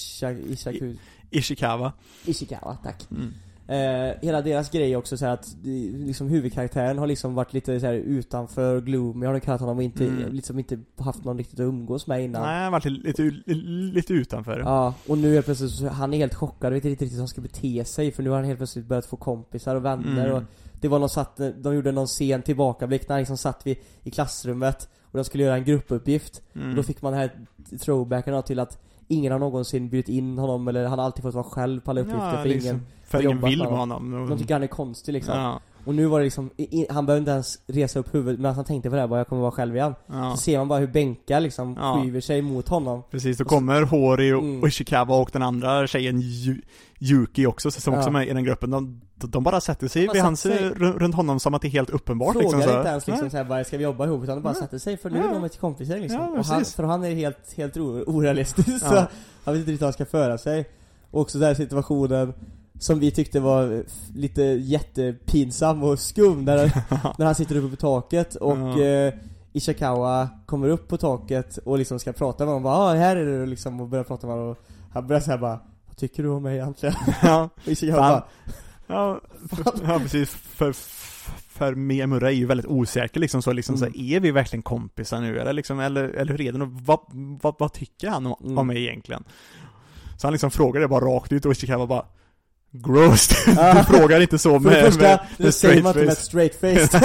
Ishikawa, tack. Hela deras grej också så här att liksom huvudkaraktären har liksom varit lite så här utanför, gloomy har de kallat honom och inte liksom inte haft någon riktigt att umgås med innan. Nej, han har varit lite utanför. Ja, och nu är plötsligt han är helt chockad och vet inte riktigt hur han ska bete sig, för nu har han helt plötsligt börjat få kompisar och vänner och det var de gjorde någon scen tillbakablick när han liksom satt i klassrummet och de skulle göra en gruppuppgift. Och då fick man här throwbacken till att ingen har någonsin bjudit in honom, eller han har alltid fått vara själv på alla uppgifter för ingen vill med honom. De tycker han är konstig liksom. Och nu var det liksom han behövde inte ens resa upp huvudet, men han tänkte på det här, bara jag kommer vara själv igen. Så ser man bara hur bänkar liksom skyver sig mot honom. Precis, då kommer Hori och Ishikawa och den andra tjejen Yuki också som också med i den gruppen. De bara sätter sig vid hans runt honom som att det är helt uppenbart. Frågar liksom, så. Inte ens liksom såhär, bara ska vi jobba ihop, utan de bara sätter sig, för nu är de ett kompisar liksom. Och han är helt orealistisk, så han vet inte riktigt hur han ska föra sig. Och också den här situationen som vi tyckte var lite jättepinsam och skum när han sitter uppe på taket och Ishikawa kommer upp på taket och liksom ska prata med honom, här är du liksom, och börjar prata med honom och han börjar säga bara, vad tycker du om mig egentligen? Ishikawa bara, ja, precis, för Miyamura är ju väldigt osäker liksom så är vi verkligen kompisar nu eller hur är det, och vad tycker han om mig egentligen? Så han liksom frågar det bara rakt ut och Ishikawa bara gross. Du frågar inte så med straight face.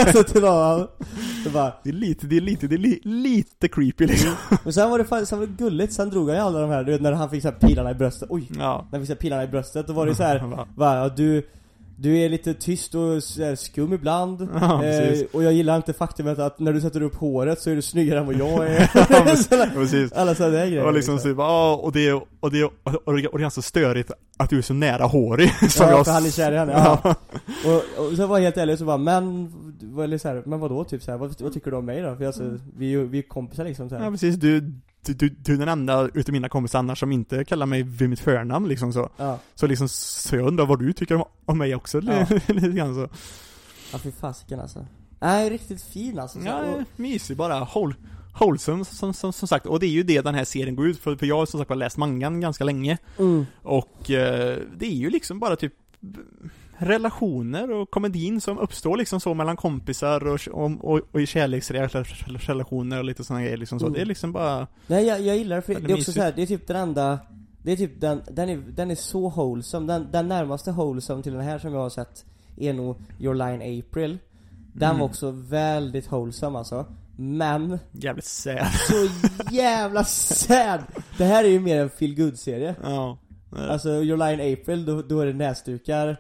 Det är lite creepy liksom. Men sen var det gulligt. Sen drog han ju alla de här, du vet, när han fick så här pilarna i bröstet. När vi fick så här pilarna i bröstet, då var det så här Du är lite tyst och skum ibland. Och jag gillar inte faktumet att när du sätter upp håret så är du snyggare än vad jag är. Precis. Alla sådana där grejer. Och liksom så och det är ganska störigt att du är så nära hårig som ja, för han är kär i henne. Ja. och så var jag helt ärlig så bara, men vadå typ så här, vad tycker du om mig då? För alltså, vi är kompisar liksom så här. Ja, precis. Du är den enda utav mina kompisar annars som inte kallar mig vid mitt förnamn liksom så. Ja. Så liksom så jag undrar vad du tycker om mig också lite grann så. Ja, fy fasiken alltså. Nej, riktigt fin alltså. Så. Ja, mysig bara. Wholesome som sagt. Och det är ju det den här serien går ut för jag har som sagt har läst mangan ganska länge. Och det är ju liksom bara typ relationer och komedin som uppstår liksom så mellan kompisar och i kärleksrelationer och lite såna grejer liksom så. Det är liksom bara... Nej, jag gillar det för det är också så här, det är typ den enda... Det är typ den är så wholesome. Den närmaste wholesome till den här som jag har sett är nog Your Line April. Den var också väldigt wholesome alltså. Men jävligt sad. Så jävla sad. Det här är ju mer en feel good serie. Ja. Alltså Your Line April då är det näsdukar.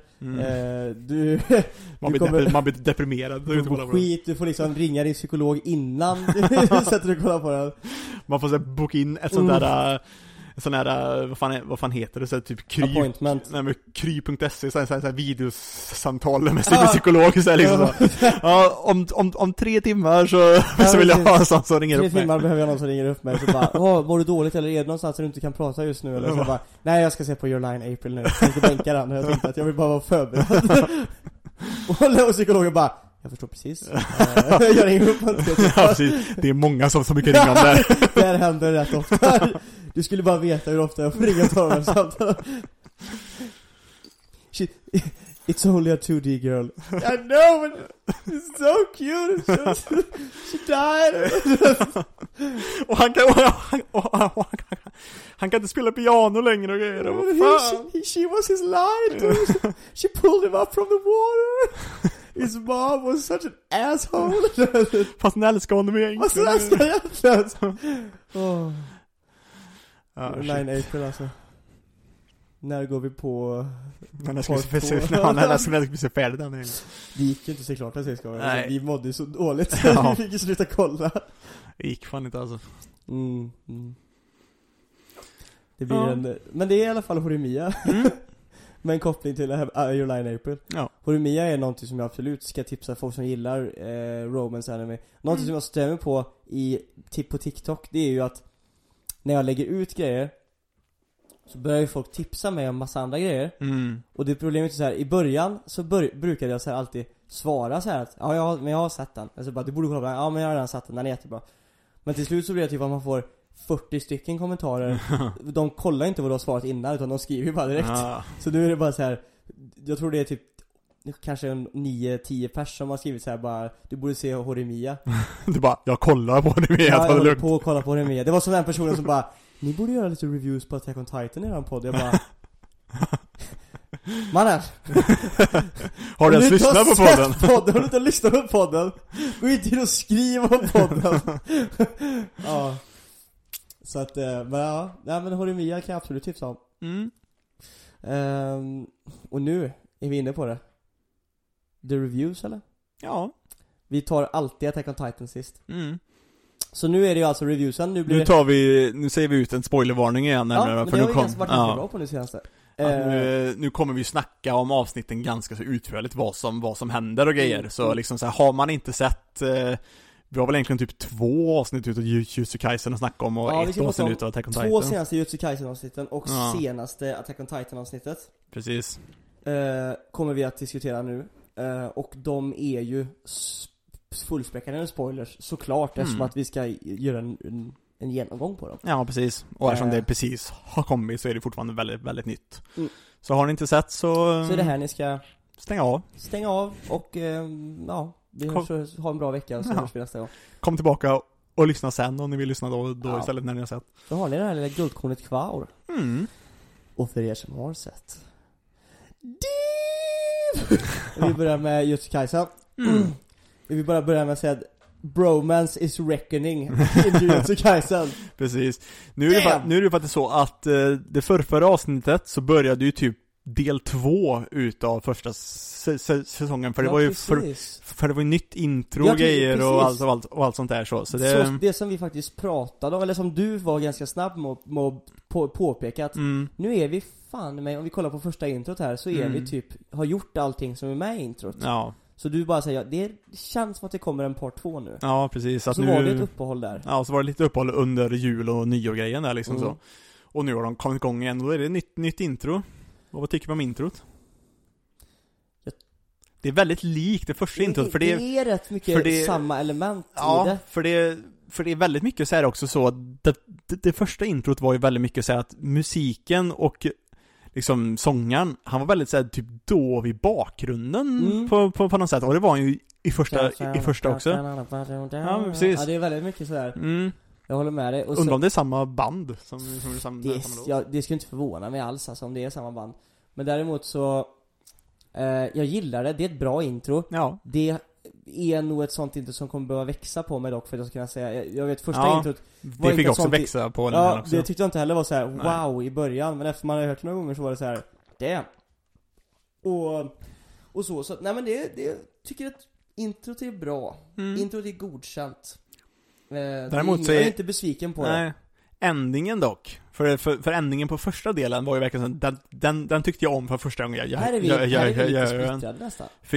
Man blir deprimerad. Du får liksom ringa din psykolog innan du sätter och kollar på den. Man får så boka in ett sånt där sån här, vad fan heter det så typ appointment. Nej men kry.se så här videosamtal med sin psykolog så här liksom så. Ja, om 3 timmar så vill jag ha en sån som ringer upp mig. 3 timmar behöver jag någon som ringer upp mig så bara, mår du dåligt eller är det någonstans där du inte kan prata just nu eller så bara, nej jag ska se på Your Line April nu. Jag tänkte bänka den. Jag tänkte att jag vill bara vara förberedd. Och psykologen bara, jag förstår precis. Jag ringer upp en 3 timmar. Ja, precis. Det är många som så mycket ringer om det. Det här händer rätt ofta. Du skulle bara veta hur ofta jag får ringa och ta de här samtalen. It's only a 2D girl. I know, but it's so cute. She died. Och han kan inte spela piano längre och grejer. She was his light. She pulled him up from the water. His mom was such an asshole. Fast han älskar honom egentligen. Fast han älskar egentligen. Line April alltså. När går vi på när ska vi se färdigt den här. Det gick ju inte så klart att jag ska vara. Nej. Vi mådde ju så dåligt. Ja. Vi fick ju sluta kolla. Det gick fan inte alltså. Det blir men det är i alla fall Horimiya. Med en koppling till Your Line April. Ja. Horimiya är någonting som jag absolut ska tipsa folk som gillar romance anime. Någonting som jag stämmer på på TikTok, det är ju att när jag lägger ut grejer så börjar ju folk tipsa mig om massa andra grejer. Och det problemet är så här, i början så brukade jag så här alltid svara så här att men jag har sett den. Alltså bara, du borde kolla på den. Ja, men jag har redan sett den. Den är jättebra. Men till slut så blir det typ att man får 40 stycken kommentarer. De kollar inte vad du har svarat innan utan de skriver bara direkt. Så nu är det bara så här, jag tror det är typ kanske 9-10 pers som har skrivit så här bara, du borde se Horimiya. Du bara, jag kollar på Horimiya. Ja, jag håller på att kolla på Horimiya. Det var som den personen som bara, ni borde göra lite reviews på Attack on Titan i eran podd. Jag bara, mannen, har du ens lyssnat på podden? Har du inte lyssnat på podden? Gå inte in och skriv om podden. Ja. Så att, men Horimiya kan jag absolut tipsa om. Och nu är vi inne på det. The reviews eller? Ja. Vi tar alltid Attack on Titan sist. Så nu är det ju alltså reviewsen. Nu säger vi ut en spoilervarning igen. Ja, men för det har vi varit ganska bra på nu senaste. Nu kommer vi snacka om avsnitten ganska så utförligt vad som händer och grejer. Så liksom så här, har man inte sett vi har väl egentligen typ 2 avsnitt utav Jujutsu Kaisen att snacka om och ett avsnitt utav Attack on Titan. 2 senaste Jujutsu Kaisen avsnitten och senaste Attack on Titan avsnittet. Precis. Kommer vi att diskutera nu. Och de är ju fullspäckade med spoilers såklart eftersom att vi ska göra en genomgång på dem. Ja, precis. Och eftersom det precis har kommit så är det fortfarande väldigt, väldigt nytt. Så har ni inte sett så är det här ni ska stänga av och vi har en bra vecka och så hörs vi nästa gång. Kom tillbaka och lyssna sen om ni vill lyssna då istället när ni har sett. Så har ni det här lilla guldkornet kvar. Och för er som har sett vi börjar med Jujutsu Kaisen. Vi bara börjar med att säga att bromance is reckoning i Jujutsu Kaisen. Precis. Nu är det faktiskt så att det förra avsnittet så började ju typ del 2 utav första säsongen. För det var ju för det var ju nytt intro och grejer och allt sånt där så det som vi faktiskt pratade om, eller som du var ganska snabb med att påpeka att nu är vi fan med, om vi kollar på första introt här så är vi typ, har gjort allting som är med i introt. Ja. Så du bara säger, det känns som att det kommer en part 2 nu. Ja, precis. Så var det ett uppehåll där. Ja, så var det lite uppehåll under jul och nyår-grejen där liksom så. Och nu har de kommit igång igen och då är det nytt intro. Och vad tycker du om introt? Det är väldigt likt det första introt. För det är rätt mycket samma element i det. För det är väldigt mycket så här också så att det första introt var ju väldigt mycket så här att musiken och liksom sångaren, han var väldigt så här, typ dov i bakgrunden på något sätt. Och det var han ju i första också. Ja, precis. Ja, det är väldigt mycket så här. Jag håller med dig. Undrar om det är samma band som det ska inte förvåna mig alls alltså, om det är samma band. Men däremot så jag gillar det. Det är ett bra intro. Ja. Det är nog ett sånt intro som kommer behöva växa på mig dock, för att jag ska kunna säga. Jag vet första introt var det fick också växa på den här också. Det tyckte jag inte heller var så här wow i början, men efter man har hört några gånger så var det så här damn. Och så nej men det tycker att introt är bra. Introt är godkänt. Däremot så är jag inte besviken på det. Endingen dock. För ändringen på första delen var ju verkligen den tyckte jag om för första gången. Här är vi lite splittrade nästan. För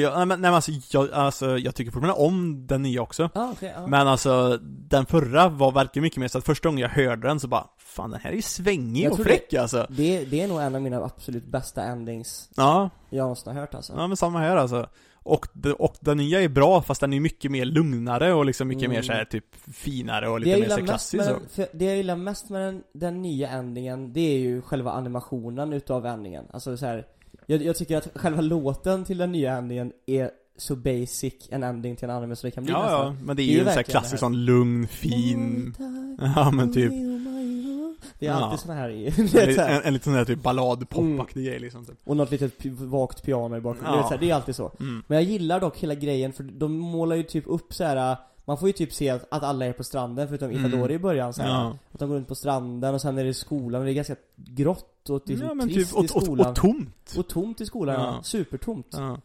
jag tycker fortfarande om den nya också. Men alltså den förra var verkligen mycket mer så att första gången jag hörde den så bara fan, den här är ju svängig och fräck alltså. Det är nog en av mina absolut bästa endings jag någonsin har hört alltså. Ja, men samma här alltså. Och den nya är bra, fast den är mycket mer lugnare och liksom mycket mer så här typ finare och lite mer så klassiskt. Det jag gillar mest med den nya endingen, det är ju själva animationen utav endingen. Alltså så här, jag tycker att själva låten till den nya endingen är så basic en ending till en anime så det kan bli nästan. Ja, men det är ju en så här klassisk sån lugn, fin. Ja, men typ det är alltid såna här en liten sån här typ ballad-popaktig grej liksom typ. Och något litet vakt piano i bakgrunden. Det är alltid så. Men jag gillar dock hela grejen, för de målar ju typ upp så här. Man får ju typ se att alla är på stranden förutom Itadori i början så här. Att de går runt på stranden och sen är det i skolan och det är ganska grått och liksom trist typ, i skolan. Och tomt. Och tomt i skolan, supertomt. Ja.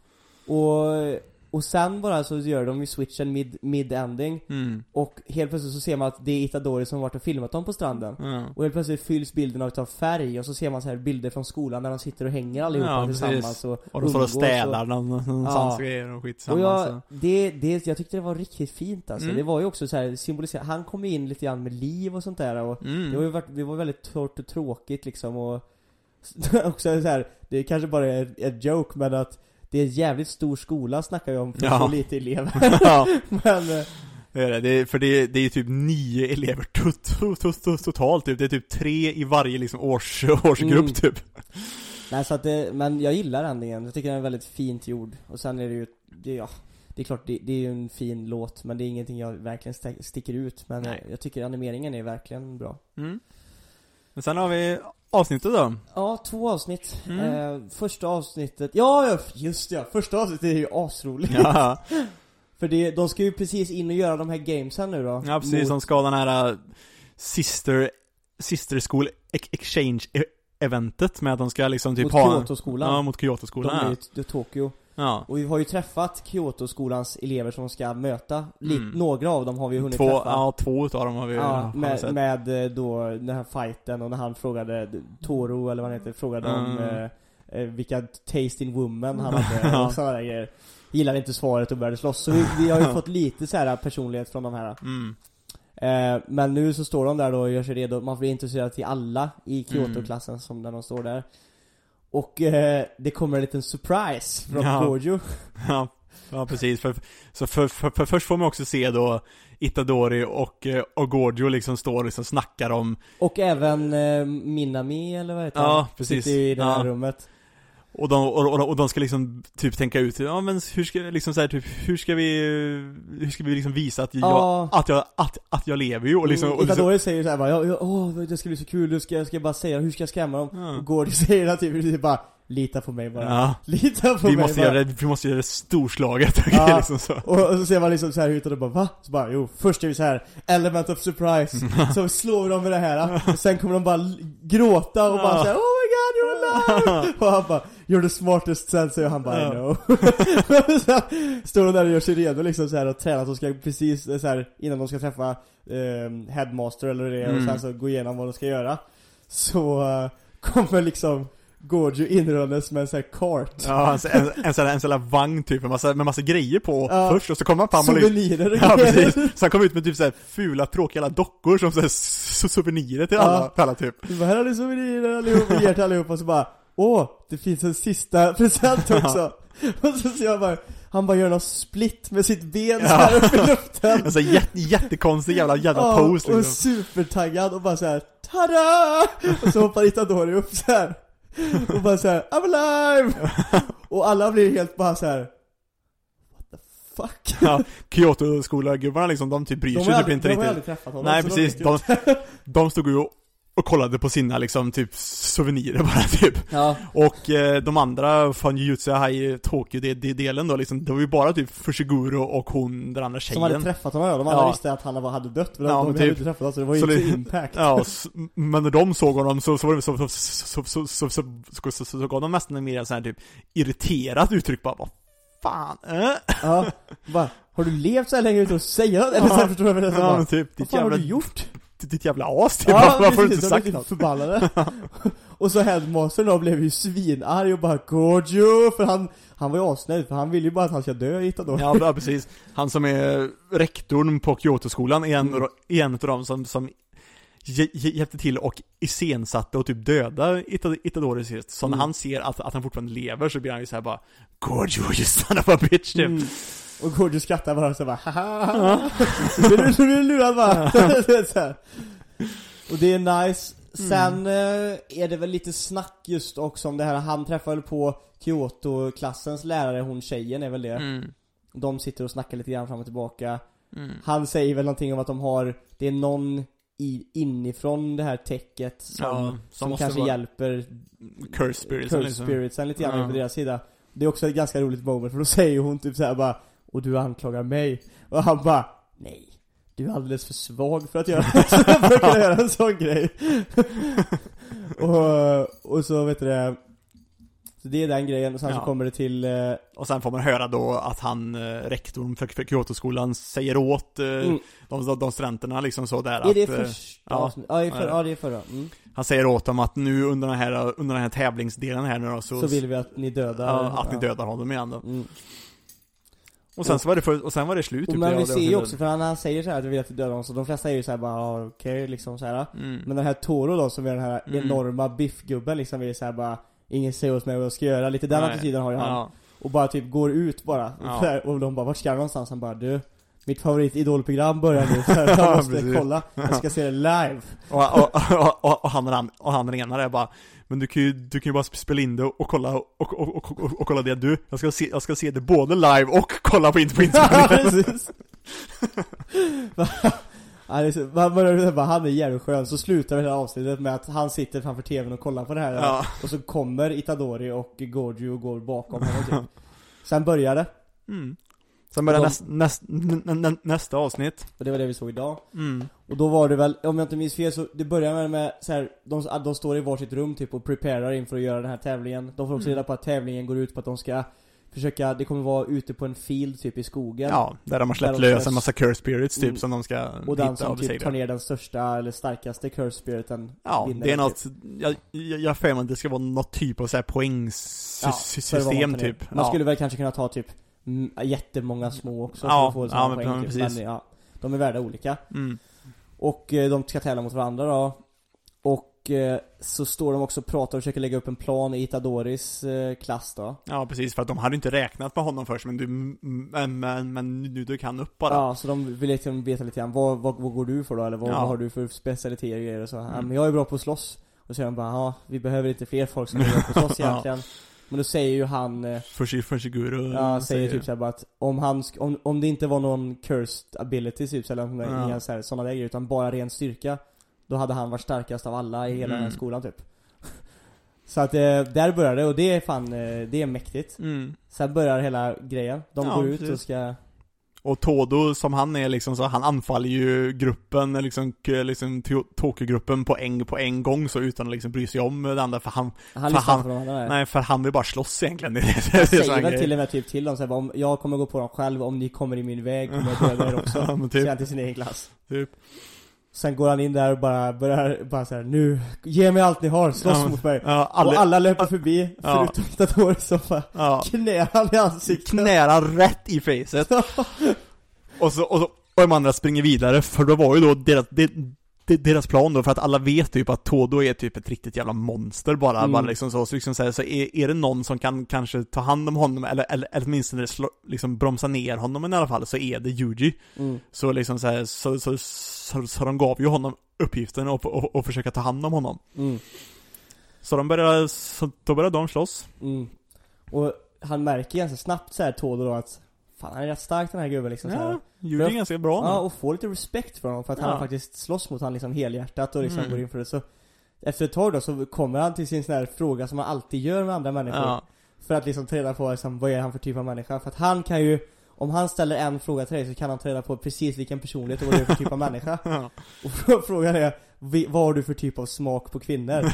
Och sen bara så gör de ju switchen mid-ending. Och helt plötsligt så ser man att det är Itadori som har varit och filmat dem på stranden. Och helt plötsligt fylls bilden av färg. Och så ser man så här bilder från skolan där de sitter och hänger allihopa tillsammans. Och de står och stälar någonstans och skit tillsammans. Jag tyckte det var riktigt fint alltså. Det var ju också så här symboliserat. Han kom in lite grann med liv och sånt där. Och det var väldigt torrt och tråkigt liksom. Och också så här, det är kanske bara ett joke, men att det är en jävligt stor skola snackar vi om för så lite elever. Men det är typ 9 elever totalt typ. Det är typ 3 i varje liksom årsgrupp typ. Nej, så att men jag gillar endingen. Jag tycker den är väldigt fint gjord. Och sen är det ju det är klart det är ju en fin låt, men det är ingenting jag verkligen sticker ut, men jag tycker animeringen är verkligen bra. Men sen har vi avsnittet då? Ja, 2 avsnitt. Första avsnittet. Första avsnittet är ju asroligt. Ja. För de ska ju precis in och göra de här gamesen nu då. Ja, precis. De ska den här Sister School Exchange eventet med att de ska liksom typ mot ha Kyoto-skolan. Ja, mot Kyoto-skolan. De är ju i Tokyo. Ja. Och vi har ju träffat Kyoto-skolans elever som ska möta. Några av dem har vi hunnit träffa. Ja, 2 utav dem har vi sett. Med då den här fighten och när han frågade Toro eller vad han heter, frågade om vilka taste in woman han hade och sådana där grejer. Gillade inte svaret och började slåss. Så vi har ju fått lite så här personlighet från de här. Men nu så står de där då och gör sig redo. Man får bli intresserad till alla i Kyoto-klassen som när de står där. Och det kommer en liten surprise från Gojo. Ja, precis. För först får man också se då Itadori och Gojo liksom står och liksom snackar om. Och även Minami eller vad heter han? Ja, precis. Sitter i det här rummet. Och de ska liksom typ tänka ut men hur ska liksom så här, typ hur ska vi liksom visa att jag lever ju och liksom Itadori säger så här bara det ska bli så kul, jag ska bara säga hur ska jag skrämma dem. Och Gordy säger att typ bara lita på mig bara. Lita på mig. Vi måste göra det storslaget liksom så. Och så ser man liksom så här ut och bara va? Så bara först är vi så här element of surprise. Så slår de med det här och sen kommer de bara gråta och bara så här, oh my god, you're alive. alive! Och han bara, you're the smartest sensei, och han bara, I know. Så står de där och gör sig redo liksom så här, och tränar att de ska precis så här, innan de ska träffa headmaster eller det, och sen så gå igenom vad de ska göra. Så kommer liksom Gojo inrullandes med en sån här kart. Ja, en sån här vagn typ med massa grejer på först, och så kommer han fram och souvenirer. Ja, precis. Så han kom ut med typ så här fula, tråkiga dockor som så här souvenirer till alla typ. Så här har ni souvenirer allihop, och ger till allihop, och så bara, det finns en sista present också. Och så ser jag bara, han bara gör något split med sitt ben så här uppe i luften. En sån här jättekonstig jävla pose liksom. Och supertaggad och bara så här, tada! Och så hoppar Itadori upp så här. Och bara så här, I'm alive! Och alla blir helt bara så här, what the fuck? Ja, Kyoto-skola-gubbarna liksom, de typ bryr sig typ inte riktigt. De har aldrig träffat honom. Nej, precis. De stod ju och kollade på sina liksom typ souvenirer bara typ. Ja. Och de andra från Jujutsu High Tokyo-delen då liksom, det var ju bara typ Fushiguro och hon, den andra tjejen. Som hade träffat honom, de andra visste att han hade dött, men de hade typ inte träffat honom, så det var ju inte impact. Ja, men när de såg honom så gav de nästan mer så här typ irriterat uttryck, bara vad fan. Ja, bara, har du levt så här länge utan att säga det? Eller så här, förstår du vad det är? Ja, men typ, vad fan har du gjort? Ditt jävla as typ, varför har du inte sagt något? Förbannade. Och så headmaster då blev ju svinarg och bara, Gojo, för han var ju asnöjd, för han vill ju bara att han ska dö i då. Ja, precis. Han som är rektorn på Kyoto-skolan är en av dem som hjälpte till och iscensatte och typ döda Itadori sist. Så när han ser att han fortfarande lever, så blir han ju så här bara, Gojo, you son of a bitch typ. Och Gojo skrattar bara så bara, haha. Så blir du lurad va? Så här. Och det är nice. Sen är det väl lite snack just också om det här. Han träffade på Kyoto-klassens lärare, hon tjejen är väl det. De sitter och snackar lite grann fram och tillbaka. Han säger väl någonting om att det är någon inifrån det här täcket som kanske hjälper Curse Spiritsen lite grann på deras sida. Det är också ett ganska roligt moment, för då säger hon typ så här bara, och du anklagar mig. Och han bara, nej, du är alldeles för svag för att göra för att kunna göra en sån grej. och så vet du det. Så det är den grejen, och sen så kommer det till och sen får man höra då att han, rektorn för Kyoto-skolan, säger åt de studenterna liksom så där. Är det första? Det är förra. Han säger åt dem att nu under den här tävlingsdelen här nu då, så vill vi att ni dödar ni dödar honom igen då. Och sen var det slut. Men vi ser ju också, för han säger så här att vi vill att vi dödar honom, så de flesta är ju så här bara okej, liksom så här. Men den här Toro då, som är den här enorma biffgubben liksom, är så här bara, ingen säger åt mig vad jag ska göra. Lite den attityden har ju han. Och bara typ går ut bara. Och de bara, vart ska du någonstans? Han bara, du, mitt favoritidolprogram börjar nu. Så jag måste kolla. Jag ska se det live. Och han den ena är bara, men du kan ju bara spela in det och kolla och kolla det jag ska se det både live och kolla på inspelningen. Ja, precis. Han är jävligt skön. Så slutar vi det här avsnittet med att han sitter framför tvn och kollar på det här. Och så kommer Itadori och Gojo och går bakom honom typ. Sen börjar det. Sen börjar nästa avsnitt. Och det var det vi såg idag. Och då var det väl, om jag inte minns fel, så det börjar med så här, de står i varsitt rum typ och preparar inför att göra den här tävlingen. De får också reda på att tävlingen går ut på att de ska försöka, det kommer vara ute på en field typ i skogen. Ja, där de har släppt lös en massa curse spirits typ som de ska och den som typ tar ner den största eller starkaste curse spiriten. Ja, det är något, jag för mig att det ska vara något typ av så här poängsystem typ. Man skulle väl kanske kunna ta typ jättemånga små också för att få samma poäng typ. Men de är värda olika. Och de ska tävla mot varandra då. Och så står de också och pratar och försöker lägga upp en plan i Itadoris klass då. Ja, precis, för att de hade inte räknat med honom först, men nu du kan upp bara. Ja, så de vill liksom veta lite grann, vad går du för då? Eller vad har du för specialiteter och så? Men jag är bra på att slåss. Och så säger de bara, vi behöver inte fler folk som är bra på att slåss egentligen. Men då säger ju han Fushiguro säger typ så här bara att om det inte var någon cursed ability typ, eller inga sådana där grejer, utan bara ren styrka, då hade han varit starkast av alla i hela den här skolan typ. Så att där börjar det, och det är fan det är mäktigt. Sen börjar hela grejen. De går ut och ska... Och Todo som han är liksom så, han anfaller ju gruppen liksom Tokyo-gruppen på en gång så utan att liksom bry sig om det andra för han vill bara slåss egentligen. Han säger väl till och med typ till dem så här, om jag kommer gå på dem själv, om ni kommer i min väg kommer jag döda er också. Ja, typ. Säger han till sin egen klass. Typ. Sen går han in där och börjar så här, nu ge mig allt ni har, slåss mot mig. Ja, och alla löper förbi förutom Itadori som bara knär han i ansiktet. Knär han rätt i facet. och de andra springer vidare för då var ju då deras plan då, för att alla vet typ att Todo är typ ett riktigt jävla monster bara liksom så liksom så är det någon som kan kanske ta hand om honom eller åtminstone liksom bromsa ner honom i alla fall, så är det Yuji. Så liksom så de gav ju honom uppgiften och försöka ta hand om honom. Så då började de slåss. Och han märker ganska snabbt så här Todo då att fan, han är rätt stark den här gubben liksom, så här. Yuji är ganska bra. Ja, och får lite respekt för honom för att han faktiskt slåss mot han liksom helhjärtat och liksom går in för det. Så efter ett tag då så kommer han till sin sån här fråga som man alltid gör med andra människor. För att liksom ta reda på liksom, vad är han för typ av människa. För att han kan ju, om han ställer en fråga till dig så kan han ta reda på precis vilken personlighet och vad du är för typ av människa. Och frågan är, vad har du för typ av smak på kvinnor?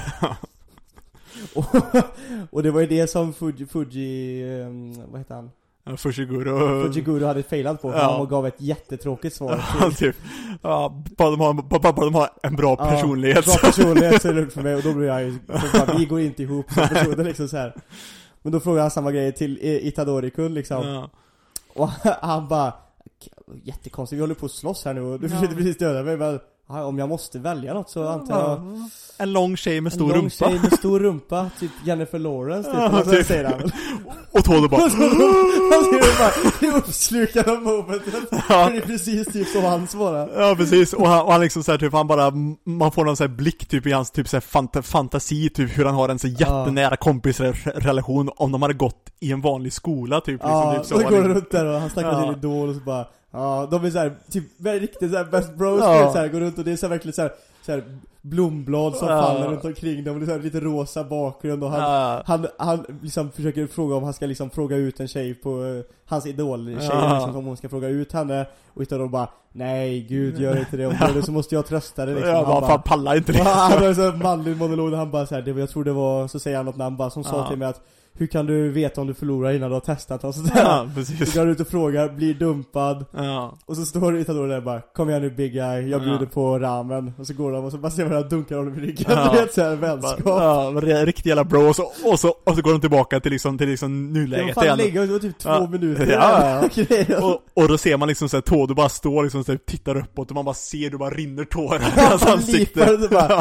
Och det var ju det som Fuji vad heter han? Fujiguro hade failat på, han gav ett jättetråkigt svar typ. Bara de har en bra personlighet. Bra personlighet så är det lugnt för mig. Och då blir jag ju vi går inte ihop som personer liksom så här. Men då frågar han samma grej till Itadori-kun liksom. Och han bara, jättekonstigt, vi håller på att slåss här nu och du försökte precis döda mig, men om jag måste välja något så antar jag en lång tjej med stor rumpa. En lång tjej med stor rumpa, typ Jennifer Lawrence typ, typ. Säger han. Och Todo bara det är uppslukad av momentet. Det är precis typ som han svarar. Ja, precis. Och han liksom så här, typ, han bara, man får någon så här blick typ i hans typ så här fantasi typ hur han har en så jättenära kompisrelation om de hade gått i en vanlig skola typ. Liksom, så går det runt där och han snackar till Idol och så bara, de är så här typ riktigt så här best bros så här, går runt och det är så här, verkligen så här blomblad som faller runt omkring dem och det är så här lite rosa bakgrund och han liksom försöker fråga om han ska liksom fråga ut en tjej på hans idol tjej liksom, om hon ska fråga ut henne och utan då bara nej gud gör inte det, om det så måste jag trösta det liksom. Han bara pallar inte det. Han har så manlig monolog och han bara så här, jag tror det var, så säger han något namn bara som sa till mig att hur kan du veta om du förlorar innan du har testat och sådär. Ja, precis. Så går du ut och frågar, blir dumpad. Och så står du Itadori där bara, kom igen nu big guy, jag bjuder på ramen. Och så går de och så bara ser man att dunkar honom i ryggen. Det är så här vänskap. Ja, riktigt jävla bra. Och så går de tillbaka till liksom nuläget. Ja, fan lägga, det var typ 2 minuter. Och då ser man liksom såhär, Todo bara står liksom så här, tittar uppåt och man bara ser, du bara rinner tårar i hans ansikte.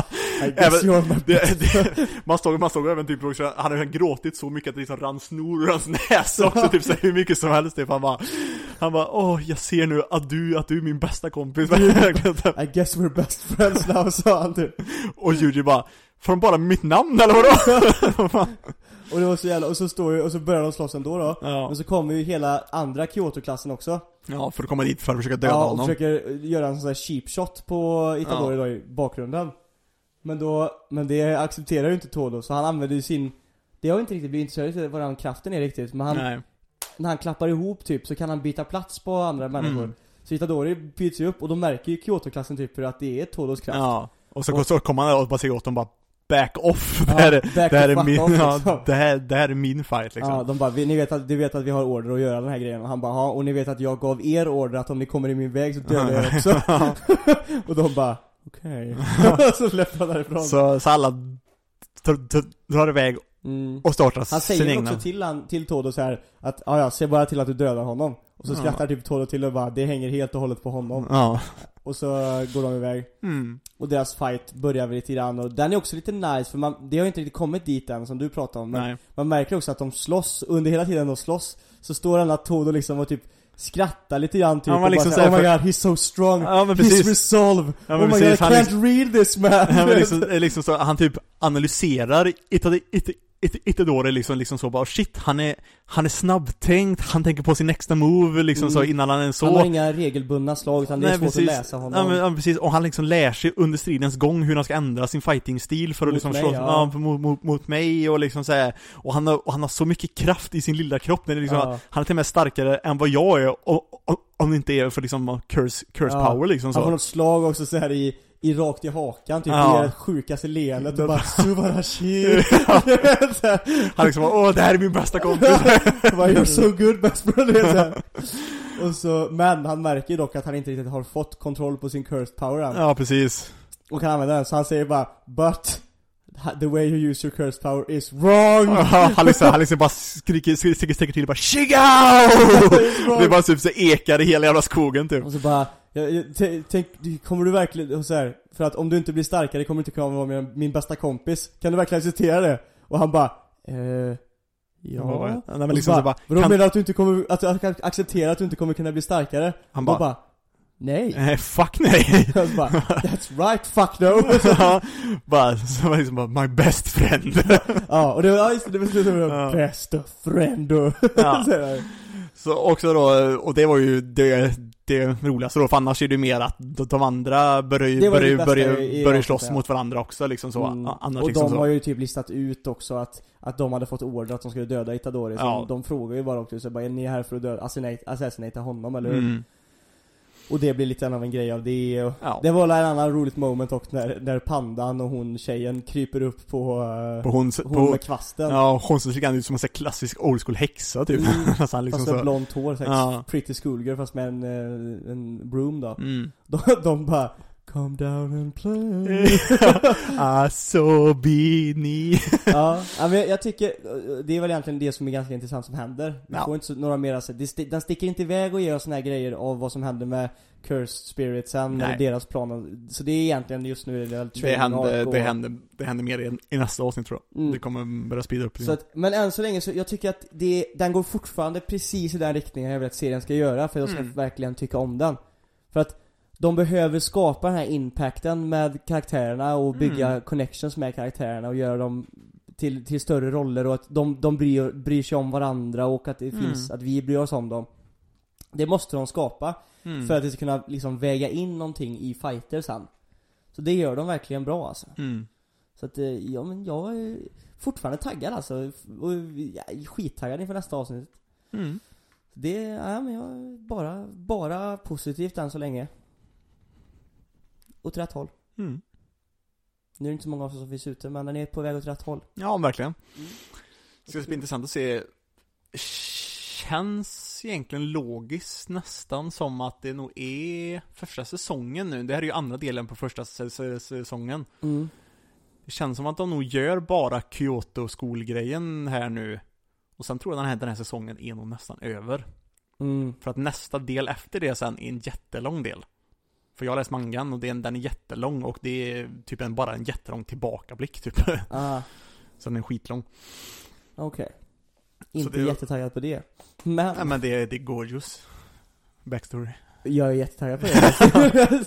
Man stod även typ också, han har gråtit så mycket att det liksom rann snor ur hans näsa också, typ så hur mycket som helst typ. Han bara, jag ser nu att du är min bästa kompis. I guess we're best friends now, sa han typ. Och Yuji bara, får de bara mitt namn eller vadå? Och det var så jävla, och så börjar de slåss ändå då. Men så kommer ju hela andra Kyoto-klassen också. Ja, för att komma dit för att försöka döda honom. Och försöker göra en sån här cheap shot på Itadori då i bakgrunden. Men det accepterar ju inte Todo, så han använder ju sin, det har inte riktigt blivit intresserad vad den kraften är riktigt, men när han klappar ihop typ så kan han byta plats på andra människor. Så Itadori byts ju upp och då märker ju Kyoto-klassen typ att det är Todos kraft. Ja, och så kommer han och bara säger åt dem bara back off. Det här är min fight liksom. Ja, de bara, ni vet att vi har order att göra den här grejen. Och han bara, och ni vet att jag gav er order att om ni kommer i min väg så dödar jag er också. Och de bara, okej. Så släpper han därifrån. Så alla drar iväg och startar han sin säger egna. också till Todo så här att se bara till att du dödar honom. Och så skrattar typ Todo till och bara, det hänger helt och hållet på honom. Och så går de iväg. Och deras fight börjar väl lite grann. Och den är också lite nice, för det har ju inte riktigt kommit dit än som du pratade om. Men man märker också att de slåss. Under hela tiden de slåss så står han att Todo liksom och typ skrattar lite grann typ, och liksom bara, oh my god, he's so strong, he's resolve, oh my god, I can't read this man. Liksom så, han typ analyserar Itadori liksom så bara, shit, han är snabbtänkt, han tänker på sin nästa move liksom så innan han är så. Han har inga regelbundna slag utan det är svårt att läsa honom. Ja, precis, och han liksom lär sig under stridens gång hur han ska ändra sin fighting-stil för att liksom slå mot mig och liksom så här. Och han har så mycket kraft i sin lilla kropp när det liksom, han är till och med starkare än vad jag är om det inte är för liksom curse power liksom så. Han får något slag också så här i rakt i hakan typ, ja. och ger det sjukaste leendet och bara Subarashi. Han liksom bara, det här är min bästa kompis. Bara, you're so good best brother. Och så, men han märker ju dock att han inte riktigt har fått kontroll på sin cursed power än. Ja, precis. Och kan använda den, så han säger bara, but the way you use your cursed power is wrong. Han liksom bara skriker till bara Shigao! Det är bara typ så ekar i hela jävla skogen typ. Och så bara tänk, kommer du verkligen så här, för att om du inte blir starkare kommer du inte kunna vara min bästa kompis. Kan du verkligen acceptera det? Och han bara ja. Nej, men liksom bara, vadå menar du att du inte kommer att du acceptera att du inte kommer kunna bli starkare? Han bara nej. Fuck nej. Jag bara, that's right, fuck no. Bara, så var liksom bara, my best friend. Ja, och det var best friend då. Ja. Så också då, och det var ju det roligaste då, för annars är det ju mer att de andra börjar slåss mot varandra också liksom så. Annars och liksom de har ju typ listat ut också att de hade fått order att de skulle döda Itadori. Så de frågar ju bara också så bara, är ni här för att döda assassinata honom eller hur? Och det blir lite av en grej av det. Och det var en annan roligt moment också när pandan och hon tjejen kryper upp på hon med kvasten. Ja, hon ser lite ut som en sån klassisk old school häxa typ. Liksom fast med blont hår, så pretty schoolgirl fast med en broom då. De bara come down and play. Asobini. Ja, men jag tycker det är väl egentligen det som är ganska intressant som händer. Vi får inte några mer den sticker inte iväg och ger oss såna här grejer av vad som händer med Cursed Spiritsen och deras planer. Så det är egentligen just nu det händer mer i nästa avsnitt tror jag. Det kommer börja speeda upp. Så att, men än så länge så jag tycker att den går fortfarande precis i den riktningen jag vill att serien ska göra, för jag ska verkligen tycka om den. För att de behöver skapa den här impacten med karaktärerna och bygga connections med karaktärerna och göra dem till större roller, och att de bryr sig om varandra och att det finns, att vi bryr oss om dem. Det måste de skapa för att det ska kunna liksom väga in någonting i fighter sen. Så det gör de verkligen bra alltså. Så att men jag är fortfarande taggad alltså, och jag är skittaggad inför nästa avsnitt. Men jag är bara positivt än så länge. Åt rätt håll. Nu är det inte så många av oss som finns ute, men den är på väg åt rätt håll. Ja, verkligen. Det ska bli intressant att se. Känns egentligen logiskt nästan som att det nog är första säsongen nu. Det här är ju andra delen på första säsongen. Det känns som att de nog gör bara Kyoto-skolgrejen här nu. Och sen tror jag den här säsongen är nog nästan över. För att nästa del efter det sen är en jättelång del. För jag har läst mangan och den är jättelång, och det är typ bara en jättelång tillbakablick typ. Så den är skitlång. Okej. Inte jättetaggad på det. Men det är gorgeous backstory. Jag är jättetaggad på det.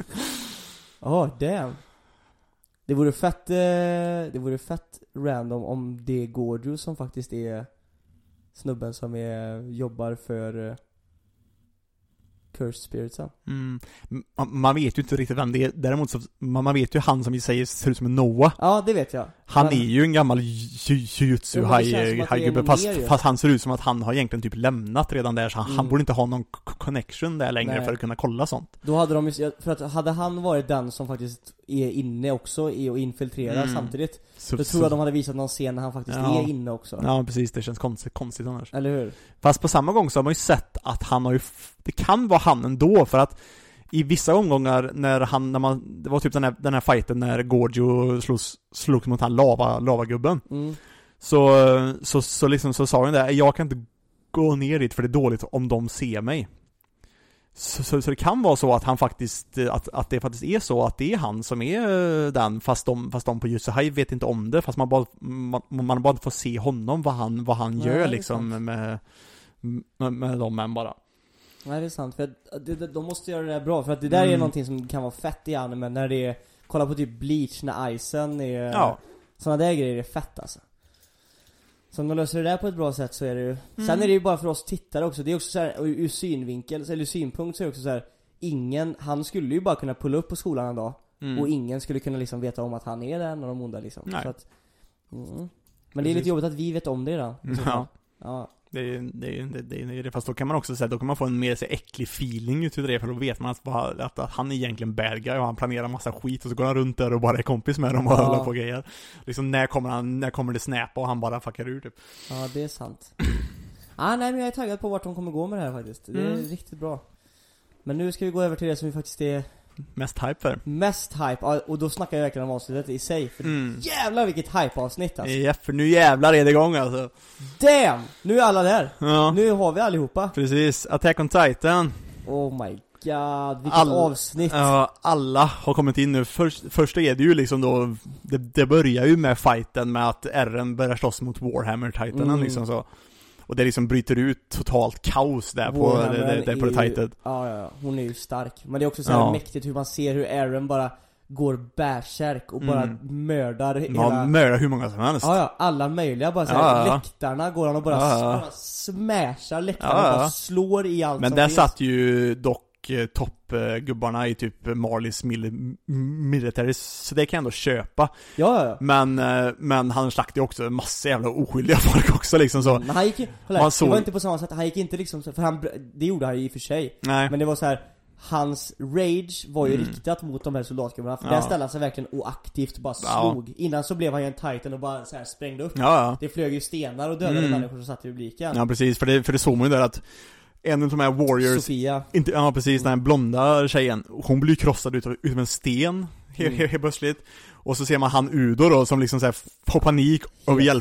Damn. Det vore fett random om det är gorgeous som faktiskt är snubben som jobbar för Cursed Spiritsen. Man vet ju inte riktigt vem det är. Däremot så man vet ju han som vi säger ser ut som en Noah. Ja, det vet jag. Han är ju en gammal jujutsu hajgubbe, fast han ser ut som att han har egentligen typ lämnat redan där, så han borde inte ha någon connection där längre för att kunna kolla sånt. Då hade för att hade han varit den som faktiskt är inne också och infiltrerar samtidigt, då tror jag de hade visat någon scen när han faktiskt är inne också. Ja, precis, det känns konstigt annars. Eller hur? Fast på samma gång så har man ju sett att han har ju det kan vara han ändå, för att i vissa omgångar det var typ den här fighten när Gorgio slogs mot han lavagubben. Så liksom så sa han det, jag kan inte gå ner dit för det är dåligt om de ser mig. Så det kan vara så att han faktiskt att det faktiskt är så att det är han som är den, fast de på Jutsu High vet inte om det, fast man bara får se honom vad han gör liksom med de män bara. Nej, det är sant, för de måste göra det där bra, för att det där är någonting som kan vara fett i anime, när det är, kolla på typ Bleach när isen är såna där grejer är fett alltså. Så om de löser det där på ett bra sätt så är det ju sen är det ju bara för oss tittare också. Det är också så här, ur synvinkel eller synpunkt så är det också så här, han skulle ju bara kunna pulla upp på skolan en dag och ingen skulle kunna liksom veta om att han är den och de onda liksom. Så att, men det är lite jobbigt att vi vet om det då. Ja. Det är det. Fast då kan man också säga, då kan man få en mer så äcklig feeling utav det, för då vet man att han är egentligen bad guy och han planerar massa skit och så går han runt där och bara är kompis med dem och håller på grejer. Liksom när kommer det snäpa och han bara fuckar ur typ. Ja, det är sant. Nej, men jag är taggad på vart de kommer gå med det här faktiskt. Det är riktigt bra. Men nu ska vi gå över till det som vi faktiskt är mest hype för. Mest hype, och då snackar jag verkligen om avsnittet i sig. För jävlar vilket hype-avsnitt alltså. Ja, för nu jävlar är det igång alltså. Damn! Nu är alla där. Ja. Nu har vi allihopa. Precis, Attack on Titan. Oh my god, vilket avsnitt. Ja, alla har kommit in nu. Första är det ju liksom då, det börjar ju med fighten med att Eren börjar slåss mot Warhammer Titanen liksom så. Och det liksom bryter ut totalt kaos där på det Titan. Ja, hon är ju stark. Men det är också så här mäktigt hur man ser hur Eren bara går bärsärk och bara mördar mördar hur många som helst. Ja, alla möjliga bara så här, läktarna går han och bara smashar läktarna och bara slår i allt. Men som där finns. satt ju dock toppgubbarna i typ Marleys military, så det kan jag ändå köpa. Ja. Men han slaktade ju också en massa jävla oskyldiga folk också liksom så. Men han gick det var inte på samma sätt, han gick inte liksom så, för det gjorde han ju i och för sig. Nej. Men det var så här, hans rage var ju riktat mot de här soldatgubbarna. För där ställde han sig verkligen oaktivt bara slog. Innan så blev han ju en Titan och bara så här sprängde upp. Ja. Det flög ju stenar och dödade människor som satt i publiken. Ja, precis, för det såg man ju där att en av de här warriors Sofia. Ja, precis, den här blonda tjejen, hon blir ju krossad utav en sten helt plötsligt. Och så ser man han Udo då som liksom så här får panik och vill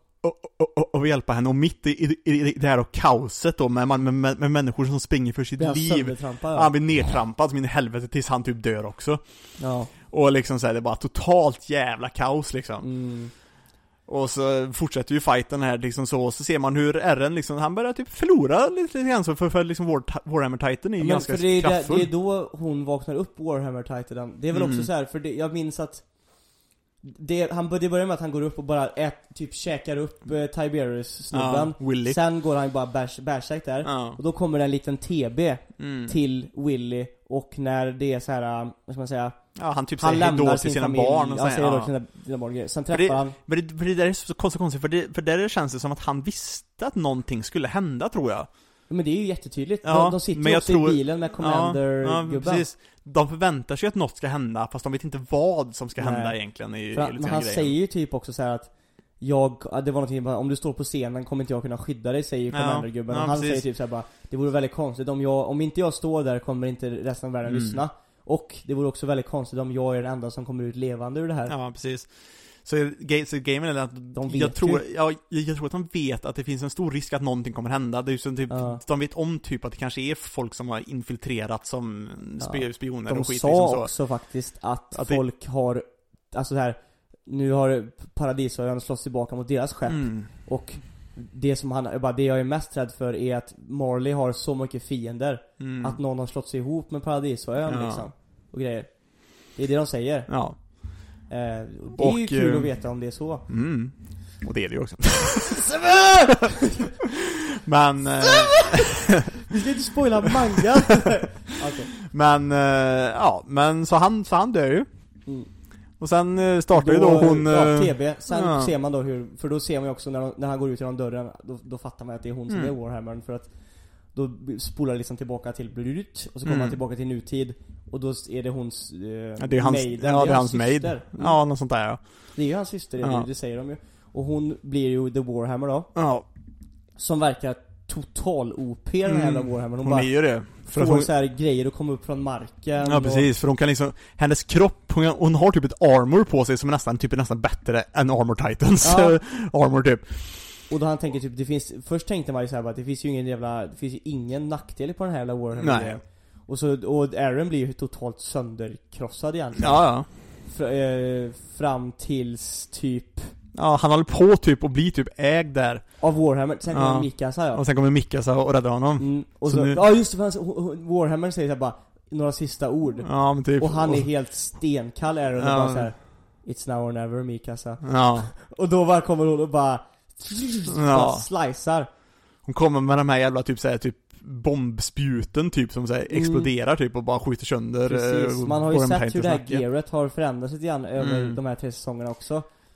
hjälpa henne, och mitt i det här och kaoset då med människor som springer för sitt liv. Han blir nedtrampad som in i helvete tills han typ dör också. Ja. Och liksom så här, det är bara totalt jävla kaos liksom. Och så fortsätter ju fighten här liksom så ser man hur Eren liksom, han börjar typ förlora lite grann så för liksom Warhammer Titan är ju ganska kraftfull. Det är då hon vaknar upp, Warhammer Titan. Det är väl också så här, för jag minns att det börjar med att han går upp och bara typ käkar upp Tiberius-snubben. Willy. Sen går han bara bärsärk där. Och då kommer det en liten TB till Willy. Och när det är så här, vad ska man säga, han typ säger hejdå till sina familj, barn och säger då till sina barn. Sen träffar han. Men det där är så konstigt för där känns det som att han visste att någonting skulle hända, tror jag. Men det är ju jättetydligt. De sitter ju också i bilen med Commander-gubben. Precis. De förväntar sig att något ska hända, fast de vet inte vad som ska hända egentligen. Men han säger ju typ också så här att det var någonting, om du står på scenen kommer inte jag kunna skydda dig, säger Commander-gubben. Och han säger typ så här bara, det vore väldigt konstigt om inte jag står där kommer inte resten av världen lyssna. Och det vore också väldigt konstigt om jag är den enda som kommer ut levande ur det här. Ja, precis. Så gamen är att jag tror att de vet att det finns en stor risk att någonting kommer hända. Det är ju så typ, de vet om typ att det kanske är folk som har infiltrerat som spioner och skit. De sa också faktiskt att folk har, alltså så här, nu har Paradisöarna slåss tillbaka mot deras skepp. Och det som det jag är mest rädd för är att Marley har så mycket fiender att någon har slått sig ihop med Paradisöarna liksom, och grejer. Det är det de säger. Ja. Det är ju kul att veta om det är så. Och det är det ju också. Men vi ska inte spoila manga. Okay. Men så han dör ju. Och sen startar ju då hon TB. Sen ser man då för då ser man ju också när han går ut genom dörren, då fattar man att det är hon som är Warhammer, för att då spolar liksom tillbaka till Blut och så kommer han tillbaka till nutid. Och då är det hons det är hans maid. Ja, det är hans maid. Ja, något sånt där, ja. Det är ju hans syster, det säger de ju. Och hon blir ju The Warhammer då. Ja. Som verkar total OP, den här Warhammer. Hon är ju det. För att hon så här grejer att komma upp från marken. Ja, precis. För hon kan liksom, hennes kropp, hon har typ ett armor på sig som är nästan bättre än Armor Titans armor typ. Och då han tänker typ, först tänkte man ju så här, att det finns ju ingen nackdel på den här jävla Warhammer. Nej. Och Eren blir ju totalt sönderkrossad egentligen. Ja. Fram tills typ... Ja, han håller på typ och blir typ ägd där. Av Warhammer. Sen kommer Mikasa, Och sen kommer Mikasa och räddar honom. Och så ja, just det. Warhammer säger så här bara några sista ord. Ja, men typ. Och han är helt stenkall, Eren, och bara så här: it's now or never, Mikasa. Ja. Och då bara kommer hon och bara slicear. Hon kommer med de här jävla typ så här, typ bombspjuten typ som så här, exploderar typ och bara skjuter sönder. Precis. Man har ju sett hur det här gearet har förändrats lite grann över de här 3 säsongerna också.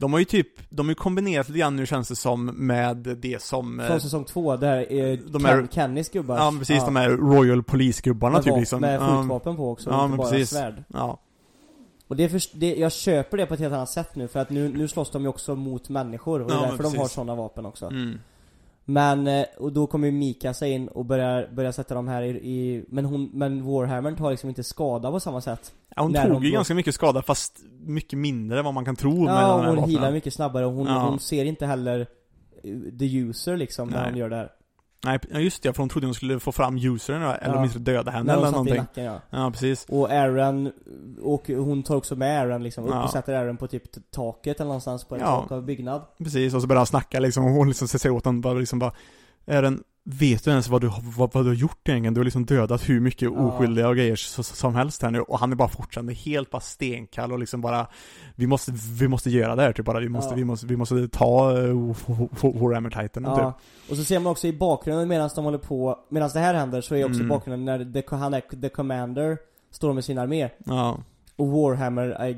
De har ju kombinerat lite grann nu, känns det som, med det som från säsong 2 där är Kennys gubbar. Ja, precis, de här Royal Police-gubbarna typ liksom. Med skjutvapen på också, ja, inte bara precis. svärd. Ja. Och jag köper det på ett helt annat sätt nu, för att nu slåss de ju också mot människor, och det är därför de har sådana vapen också. Men, och då kommer ju Mikasa in och börjar sätta dem här men Warhammer tar liksom inte skada på samma sätt. Ja, hon tog ju ganska mycket skada, fast mycket mindre än vad man kan tro med de här hon vapnen. healar mycket snabbare, och hon ser inte heller the user liksom när hon gör det här. Nej, just det, för hon trodde hon skulle få fram usern eller åtminstone döda henne eller någonting. Nacken, ja, precis. Och Aaron, och hon tar också med Aaron liksom upp och sätter Aaron på typ taket eller någonstans på ett tak av byggnad. Precis, och så börjar han snacka liksom, och hon liksom säger åt honom bara Aaron, vet du ens vad du har gjort egentligen? Du har liksom dödat hur mycket oskyldiga och grejer som helst här nu. Och han är bara fortfarande helt bara stenkall och liksom bara vi måste göra det här typ bara. Vi måste ta Warhammer Titan typ. Och så ser man också i bakgrunden medan det här händer, så är också i bakgrunden när the Commander står med sin armé. Ja. Och Warhammer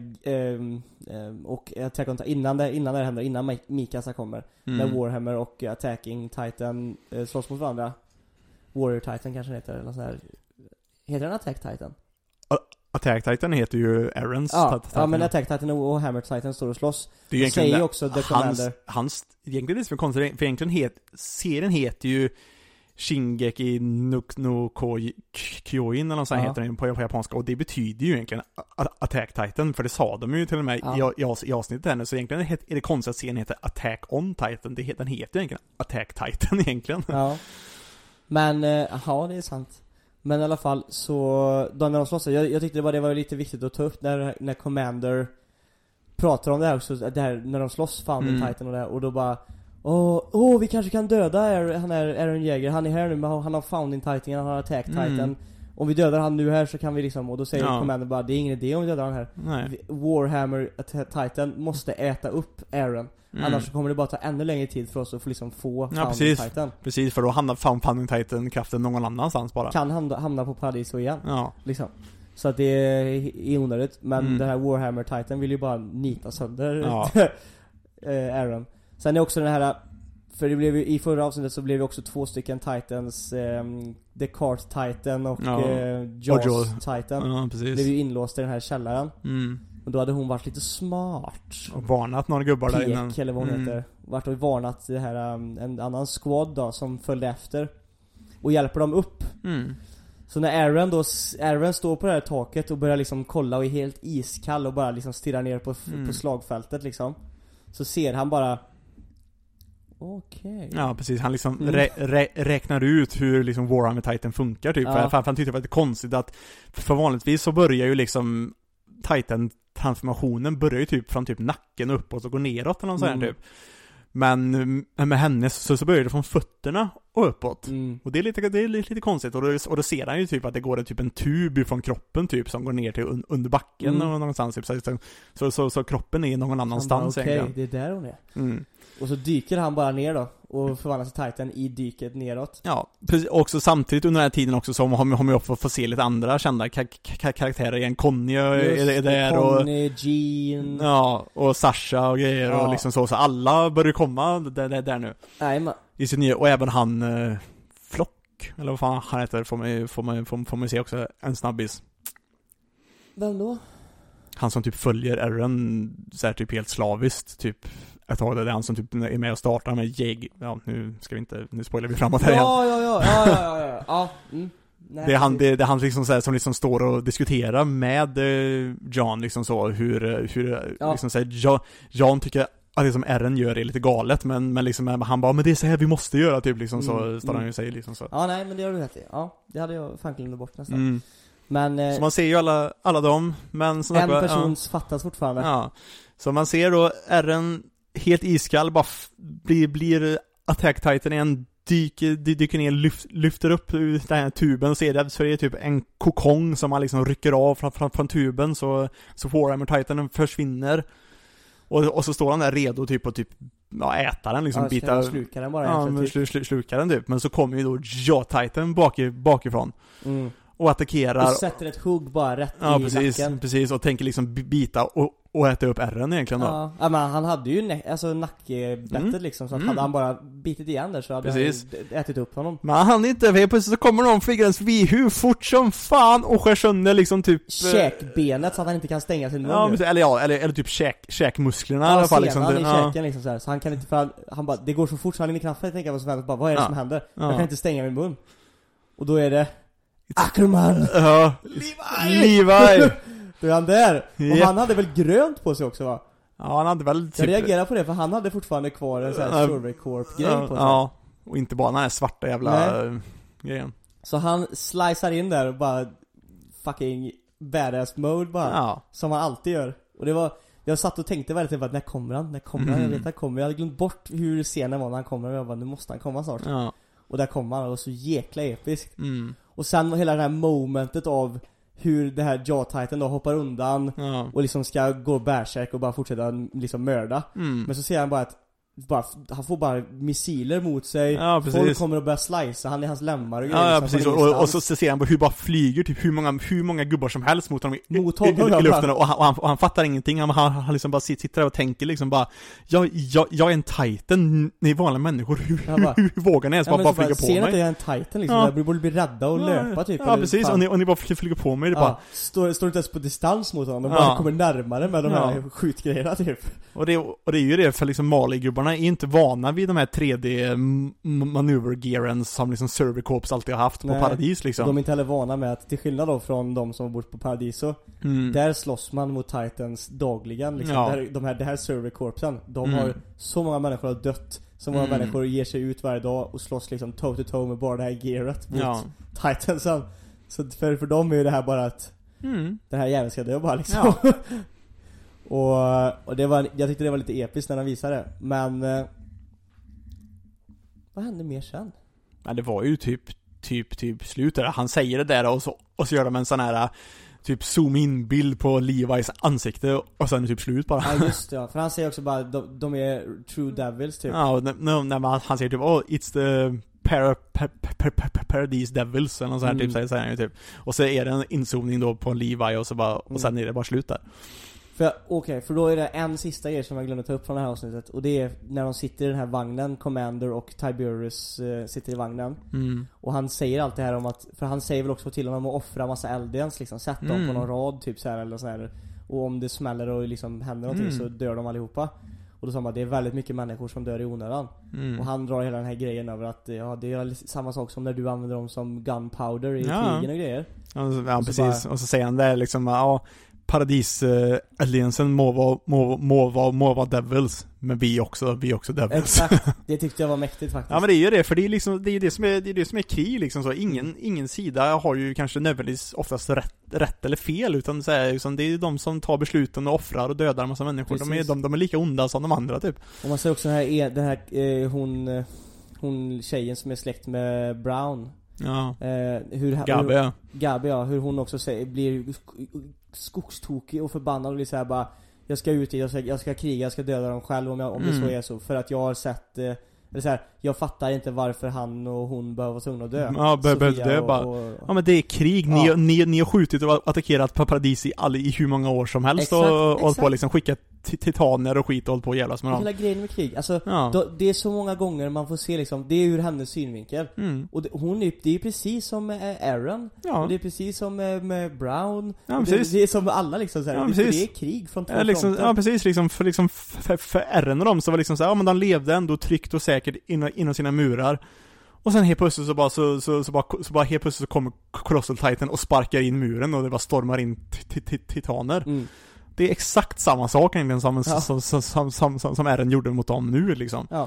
och Attack on Titan innan det händer, innan Mikasa kommer, när Warhammer och Attacking Titan slåss mot varandra. Warrior Titan kanske heter, eller så här. Heter den Attack Titan? Attack Titan heter ju Aarons Titan. Ja, men Attack Titan och Hammer Titan står och slåss. Det är egentligen säger också The Commander. Egentligen det som är konstigt, för egentligen serien heter ju Shingeki no Kyojin eller något sånt heter den på japanska, och det betyder ju egentligen Attack Titan, för det sa de ju till och med i avsnittet här nu, så egentligen är det konstigt att serien heter Attack on Titan. Den heter egentligen Attack Titan egentligen. Ja. Men det är sant. Men i alla fall så då när de slåss, jag tyckte det var lite viktigt att ta upp när Commander pratar om det här också, när de slåss Founding Titan och det här, och då bara vi kanske kan döda Aaron Jäger. Han är här nu, men han har Founding Titan, han har Attack Titan. Om vi dödar han nu här så kan vi liksom, och då säger Commander bara, det är ingen idé om vi dödar han här. Warhammer Titan måste äta upp Aaron. Annars så kommer det bara ta ännu längre tid för oss att få Founding Titan. Precis, för då hamnar Founding Titan kraften någon annanstans bara. Kan hamna på Paradiso igen. Ja. Liksom. Så att det är onödigt. Men den här Warhammer Titan vill ju bara nita sönder Aaron. Sen är också den här, för det blev ju, i förra avsnittet så blev det också 2 stycken Titans, The Cart Titan och Jaws Titan. Ja, precis. Blev ju inlåst i den här källaren. Och då hade hon varit lite smart och varnat några gubbar där innan. Eller vad hon heter. Vart och varnat det här, en annan squad då som följde efter och hjälper dem upp. Så när Aaron står på det här taket och börjar liksom kolla och är helt iskall och bara liksom stirrar ner på slagfältet liksom, så ser han bara okej. Ja, precis. Han liksom räknar ut hur liksom Warhammer Titan funkar typ. För han tyckte det var lite konstigt att för vanligtvis så börjar ju liksom Titan-transformationen börjar ju typ från typ nacken uppåt och går neråt eller något sånt typ. Men med henne så börjar det från fötterna och uppåt. Och det är lite konstigt. Och då ser han ju typ att det går typ en tub från kroppen typ som går ner till under backen och någonstans typ. Så kroppen är någon annanstans egentligen. Okej, det är där hon är. Och så dyker han bara ner då och förvandlas till Titan i dyket neråt. Ja, precis. Också samtidigt under den här tiden också så har man ju fått se lite andra kända karaktärer igen. Conny är där, Conny, Jean. Ja, och Sasha och grejer och liksom så alla börjar komma där nu. Nej, i sin nya, och även han Flock eller vad fan han heter får man se också en snabbis. Vem då? Han som typ följer Aaron så här typ helt slaviskt typ ett tag, det är han som typ är med och startar med Jag. Ja, nu spoilar vi framåt här igen. Ja. Nej, det är han liksom så här, som liksom står och diskuterar med John liksom så hur liksom så här, John tycker att det som Aaron gör är lite galet, men liksom han bara, men det är så här vi måste göra typ liksom så står han ju och säger liksom så. Ja, nej, men det har du rätt i. Ja, det hade jag fan glömt bort nästan. Men så man ser ju alla dem, men som en person fattas fortfarande. Ja. Så man ser då Aaron helt iskall bara blir Attack Titan igen, dyker ner, lyfter upp den här tuben och ser det, så är det typ en kokong som man liksom rycker av från tuben, så Warhammer Titan försvinner. Och så står han där redo typ och äta den liksom, bita sluka den bara sluka den typ. Men så kommer ju då Titan bakifrån. Och attackerar och sätter ett hugg bara rätt i nacken. Precis, och tänker liksom bita och äta upp ärren egentligen då. Ja, men han hade ju nackbettet liksom, så att hade han bara bitit igen där så hade han ätit upp honom. Men han inte, för plötsligt så kommer någon flygans vid hur fort som fan och skär sönder liksom typ käkbenet så att han inte kan stänga sin mun. Ja, eller typ käkmusklerna i alla fall liksom. I käken liksom så här. Så han kan inte, för han bara, det går så fort så han in i knappen, tänker jag bara, vad är det som händer? Jag kan inte stänga min mun. Och då är det Ackerman. Ja, Levi. Då är han där. Och han hade väl grönt på sig också, va? Ja, han hade väl typ... Jag reagerar på det, för han hade fortfarande kvar en sån här Survey Corp-grej på sig. Ja, och inte bara den här svarta jävla grejen. Så han slicear in där och bara fucking badass mode bara. Ja. Som han alltid gör. Och det var... Jag satt och tänkte väldigt när kommer han? Jag vet att kommer. Jag hade glömt bort hur scenen var när han kommer. Och jag bara, nu måste han komma snart. Ja. Och där kom han, och så jäkla episkt. Och sen hela det här momentet av hur det här Jaw-Titan då hoppar undan och liksom ska gå berserk och bara fortsätta liksom mörda. Men så ser han bara att han får bara missiler mot sig. Ja, folk kommer att börja slicea han i hans lemmar och grejer. Ja, precis. Och så ser han bara hur bara flyger typ hur många gubbar som helst mot honom i luften. Och han fattar ingenting. Han liksom bara sitter där och tänker liksom bara jag är en Titan. Ni är vanliga människor. Hur vågar ni ens bara flyga på mig? Ser ni att jag är en Titan liksom? Jag borde bli rädda och löpa typ. Ja, precis. Och ni bara flyger på mig. Det bara... Står inte ens på distans mot honom. De bara kommer närmare med de här skjutgrejerna typ. Och det är ju det, för liksom Mali-gubbarna är inte vana vid de här 3D-manövergearen som liksom Survey Corps alltid har haft på Paradis liksom. De är inte heller vana med att, till skillnad då från de som har bott på Paradiso, där slåss man mot Titans dagligen liksom. Det här Survey Corpsen, de har så många människor har dött, så många människor ger sig ut varje dag och slåss liksom toe to toe med bara det här gearet mot Titans. Så för dem är ju det här bara att den här jäveln ska dö bara liksom. Och det var, jag tyckte det var lite episkt när han visade det. Men vad hände mer sen? Ja, det var ju typ slut där. Han säger det där och så gör de en sån här typ zoom in bild på Levi's ansikte och sen är det typ slut bara. Ja, just det. Ja. För han säger också bara de är true devils typ. Ja, när han säger typ it's the Paradise Devils eller något så här typ, säger han ju typ. Och så är det en inzoomning då på Levi och så bara och sen är det bara slut där. För då är det en sista grej som jag glömde ta upp från det här avsnittet. Och det är när de sitter i den här vagnen, Commander och Tiberius sitter i vagnen. Och han säger allt det här om att, för han säger väl också till honom att offra massa Eldians liksom, sätt dem på någon rad typ så här eller så här. Och om det smäller och liksom händer någonting så dör de allihopa. Och då sa man, det är väldigt mycket människor som dör i onödan. Och han drar hela den här grejen över att det är samma sak som när du använder dem som gunpowder i krigen och grejer. Ja, och precis. Och så säger han det liksom, Paradis-alliansen må vara devils, men vi också devils. Exakt, det tyckte jag var mäktigt faktiskt. Ja, men det är ju det, för det är liksom, det är det som är krig liksom så. Ingen sida har ju kanske nödvändigtvis oftast rätt eller fel, utan så här, liksom, det är ju de som tar besluten och offrar och dödar en massa människor. De är lika onda som de andra typ. Och man ser också den här hon tjejen som är släkt med Brown. Ja. Gabi, hur hon också blir skogstokig och förbannad och blir så här bara, jag ska ut, jag ska kriga, jag ska döda dem själv om det så är så, för att jag har sett eller så här, jag fattar inte varför han och hon behöver vara tvungna att dö. Ja, behöver dö bara. Ja, men det är krig. Ni har skjutit och attackerat på Paradis i hur många år som helst. Exakt, och hållit på liksom skickat titaner och skit och hållit på att jävlas med dem. Hela grejen med krig. Alltså, det är så många gånger man får se liksom, det är ur hennes synvinkel. Och det är precis som Aaron. Och det är precis som med Brown. Ja, det är som alla liksom så här, det är krig från två liksom, fronter. Ja, precis liksom för Aaron och dem så var liksom så här, men de levde ändå tryggt och säkert inom sina murar. Och sen helt plötsligt så bara helt plötsligt så kommer Colossal Titan och sparkar in muren och det bara stormar in titaner. Det är exakt samma sak egentligen som Aaron gjorde mot dem nu liksom. Ja.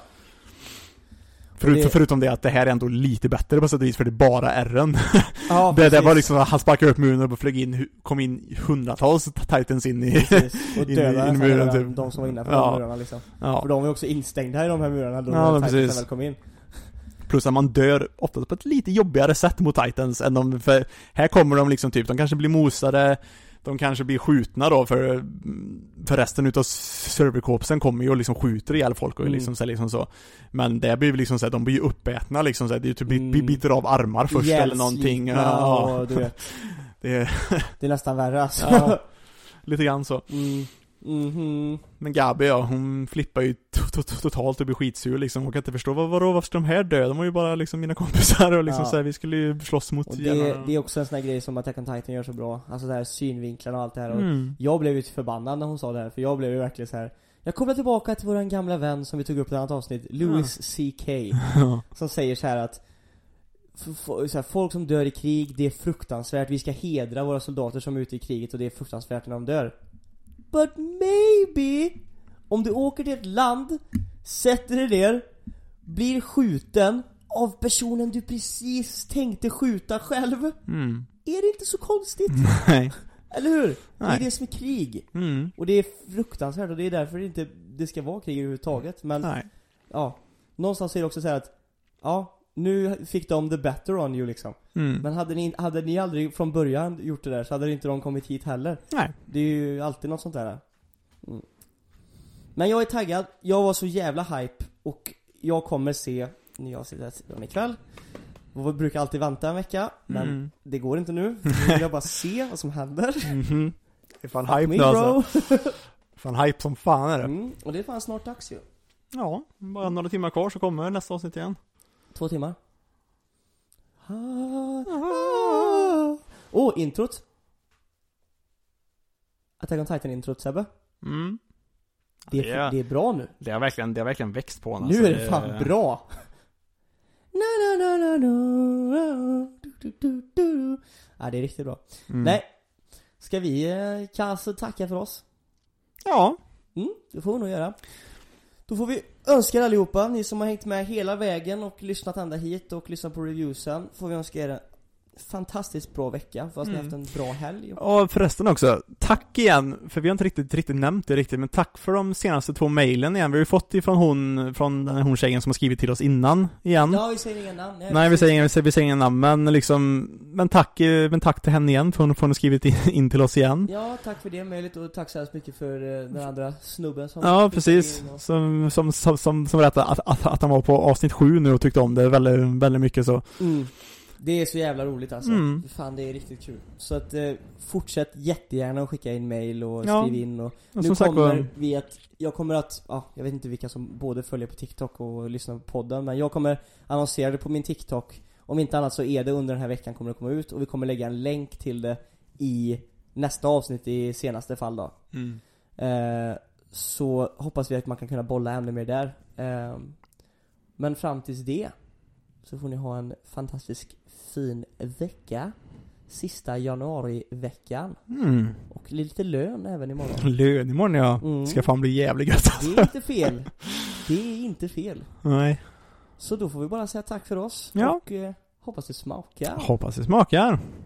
Förutom det att det här är ändå lite bättre på sätt och vis, för det är bara Aaron. Ja, det var liksom han sparkade upp muren och kom in hundratals Titans in i muren typ. De som var innanför de murarna liksom. Ja. För de var också instängda i de här murarna då Titans väl kom in. Plus att man dör ofta på ett lite jobbigare sätt mot Titans än för här kommer de liksom typ, de kanske blir mosade, de kanske blir skjutna då, för resten utav serverkorpsen kommer ju och liksom skjuter ihjäl folk och liksom så. Men det blir liksom så här, de blir ju uppätna liksom så här, det är ju typ biter av armar först eller någonting. Ja, du vet. Det är nästan värre alltså. Ja, lite grann så. Men Gabi, ja, hon flippar ju totalt och blir skitsur liksom. Hon kan inte förstå varför ska de här dö? De var ju bara liksom mina kompisar och liksom så här, vi skulle ju slåss mot och det är också en sån här grej som Attack on Titan gör så bra. Alltså det här synvinklarna och allt det här. Och jag blev ju förbannad när hon sa det här, för jag blev ju verkligen så här. Jag kommer tillbaka till våran gamla vän som vi tog upp i ett annat avsnitt, Louis C.K. som säger så här att så här, folk som dör i krig, det är fruktansvärt. Vi ska hedra våra soldater som är ute i kriget, och det är fruktansvärt när de dör. But maybe om du åker till ett land, sätter dig ner, blir skjuten av personen du precis tänkte skjuta själv. Är det inte så konstigt? Nej. Eller hur? Nej. Det är det som är krig. Och det är fruktansvärt, och det är därför det ska vara krig överhuvudtaget. Men ja, någonstans är det också så här att ja, nu fick de the better on you liksom. Men hade ni aldrig från början gjort det där, så hade inte de kommit hit heller. Nej. Det är ju alltid något sånt där. Men jag är taggad. Jag var så jävla hype, och jag kommer se nya avsnittet ikväll. Och vi brukar alltid vänta en vecka, men det går inte nu. Nu vill jag bara se vad som händer. Det är fan hype nu alltså. Fan hype som fan är det. Och det är fan snart dags ju. Ja, bara några timmar kvar så kommer nästa avsnitt igen. 2 timmar. Introt. Attack on Titan introt, Sebbe. Det är bra nu. Det har verkligen växt på honom. Nu är det fan bra. Ja, det är riktigt bra. Nej. Ska vi kanske tacka för oss? Ja. Det får vi nog göra. Då får vi önska er allihopa, ni som har hängt med hela vägen och lyssnat ända hit och lyssnat på reviewsen, får vi önska er en fantastiskt bra vecka, för att ni har haft en bra helg. Och förresten också, tack igen, för vi har inte riktigt nämnt det riktigt, men tack för de senaste 2 mejlen igen. Vi har ju fått ifrån hon tjejen som har skrivit till oss innan igen. Ja, vi säger ingen namn. Nej, vi säger ingen namn, men tack till henne igen för hon har skrivit in till oss igen. Ja, tack för det mejlet, och tack så hemskt mycket för den andra snubben som... Ja, precis. Som berättade att han var på avsnitt 7 nu och tyckte om det väldigt, väldigt mycket så. Det är så jävla roligt alltså. Fan, det är riktigt kul. Så att fortsätt jättegärna att skicka in mail och skriv in. Och nu kommer vi att... Jag kommer att... jag vet inte vilka som både följer på TikTok och lyssnar på podden, men jag kommer annonsera det på min TikTok. Om inte annat så är det under den här veckan kommer det komma ut. Och vi kommer lägga en länk till det i nästa avsnitt i senaste fall då. Så hoppas vi att man kan kunna bolla ännu mer där. Men fram tills det så får ni ha en fantastisk fin vecka. Sista januariveckan. Och lite lön även imorgon. Lön imorgon, ja. Ska fan bli jävligt gött alltså. Det är inte fel. Det är inte fel. Nej. Så då får vi bara säga tack för oss. Ja. Och hoppas det smakar. Hoppas det smakar.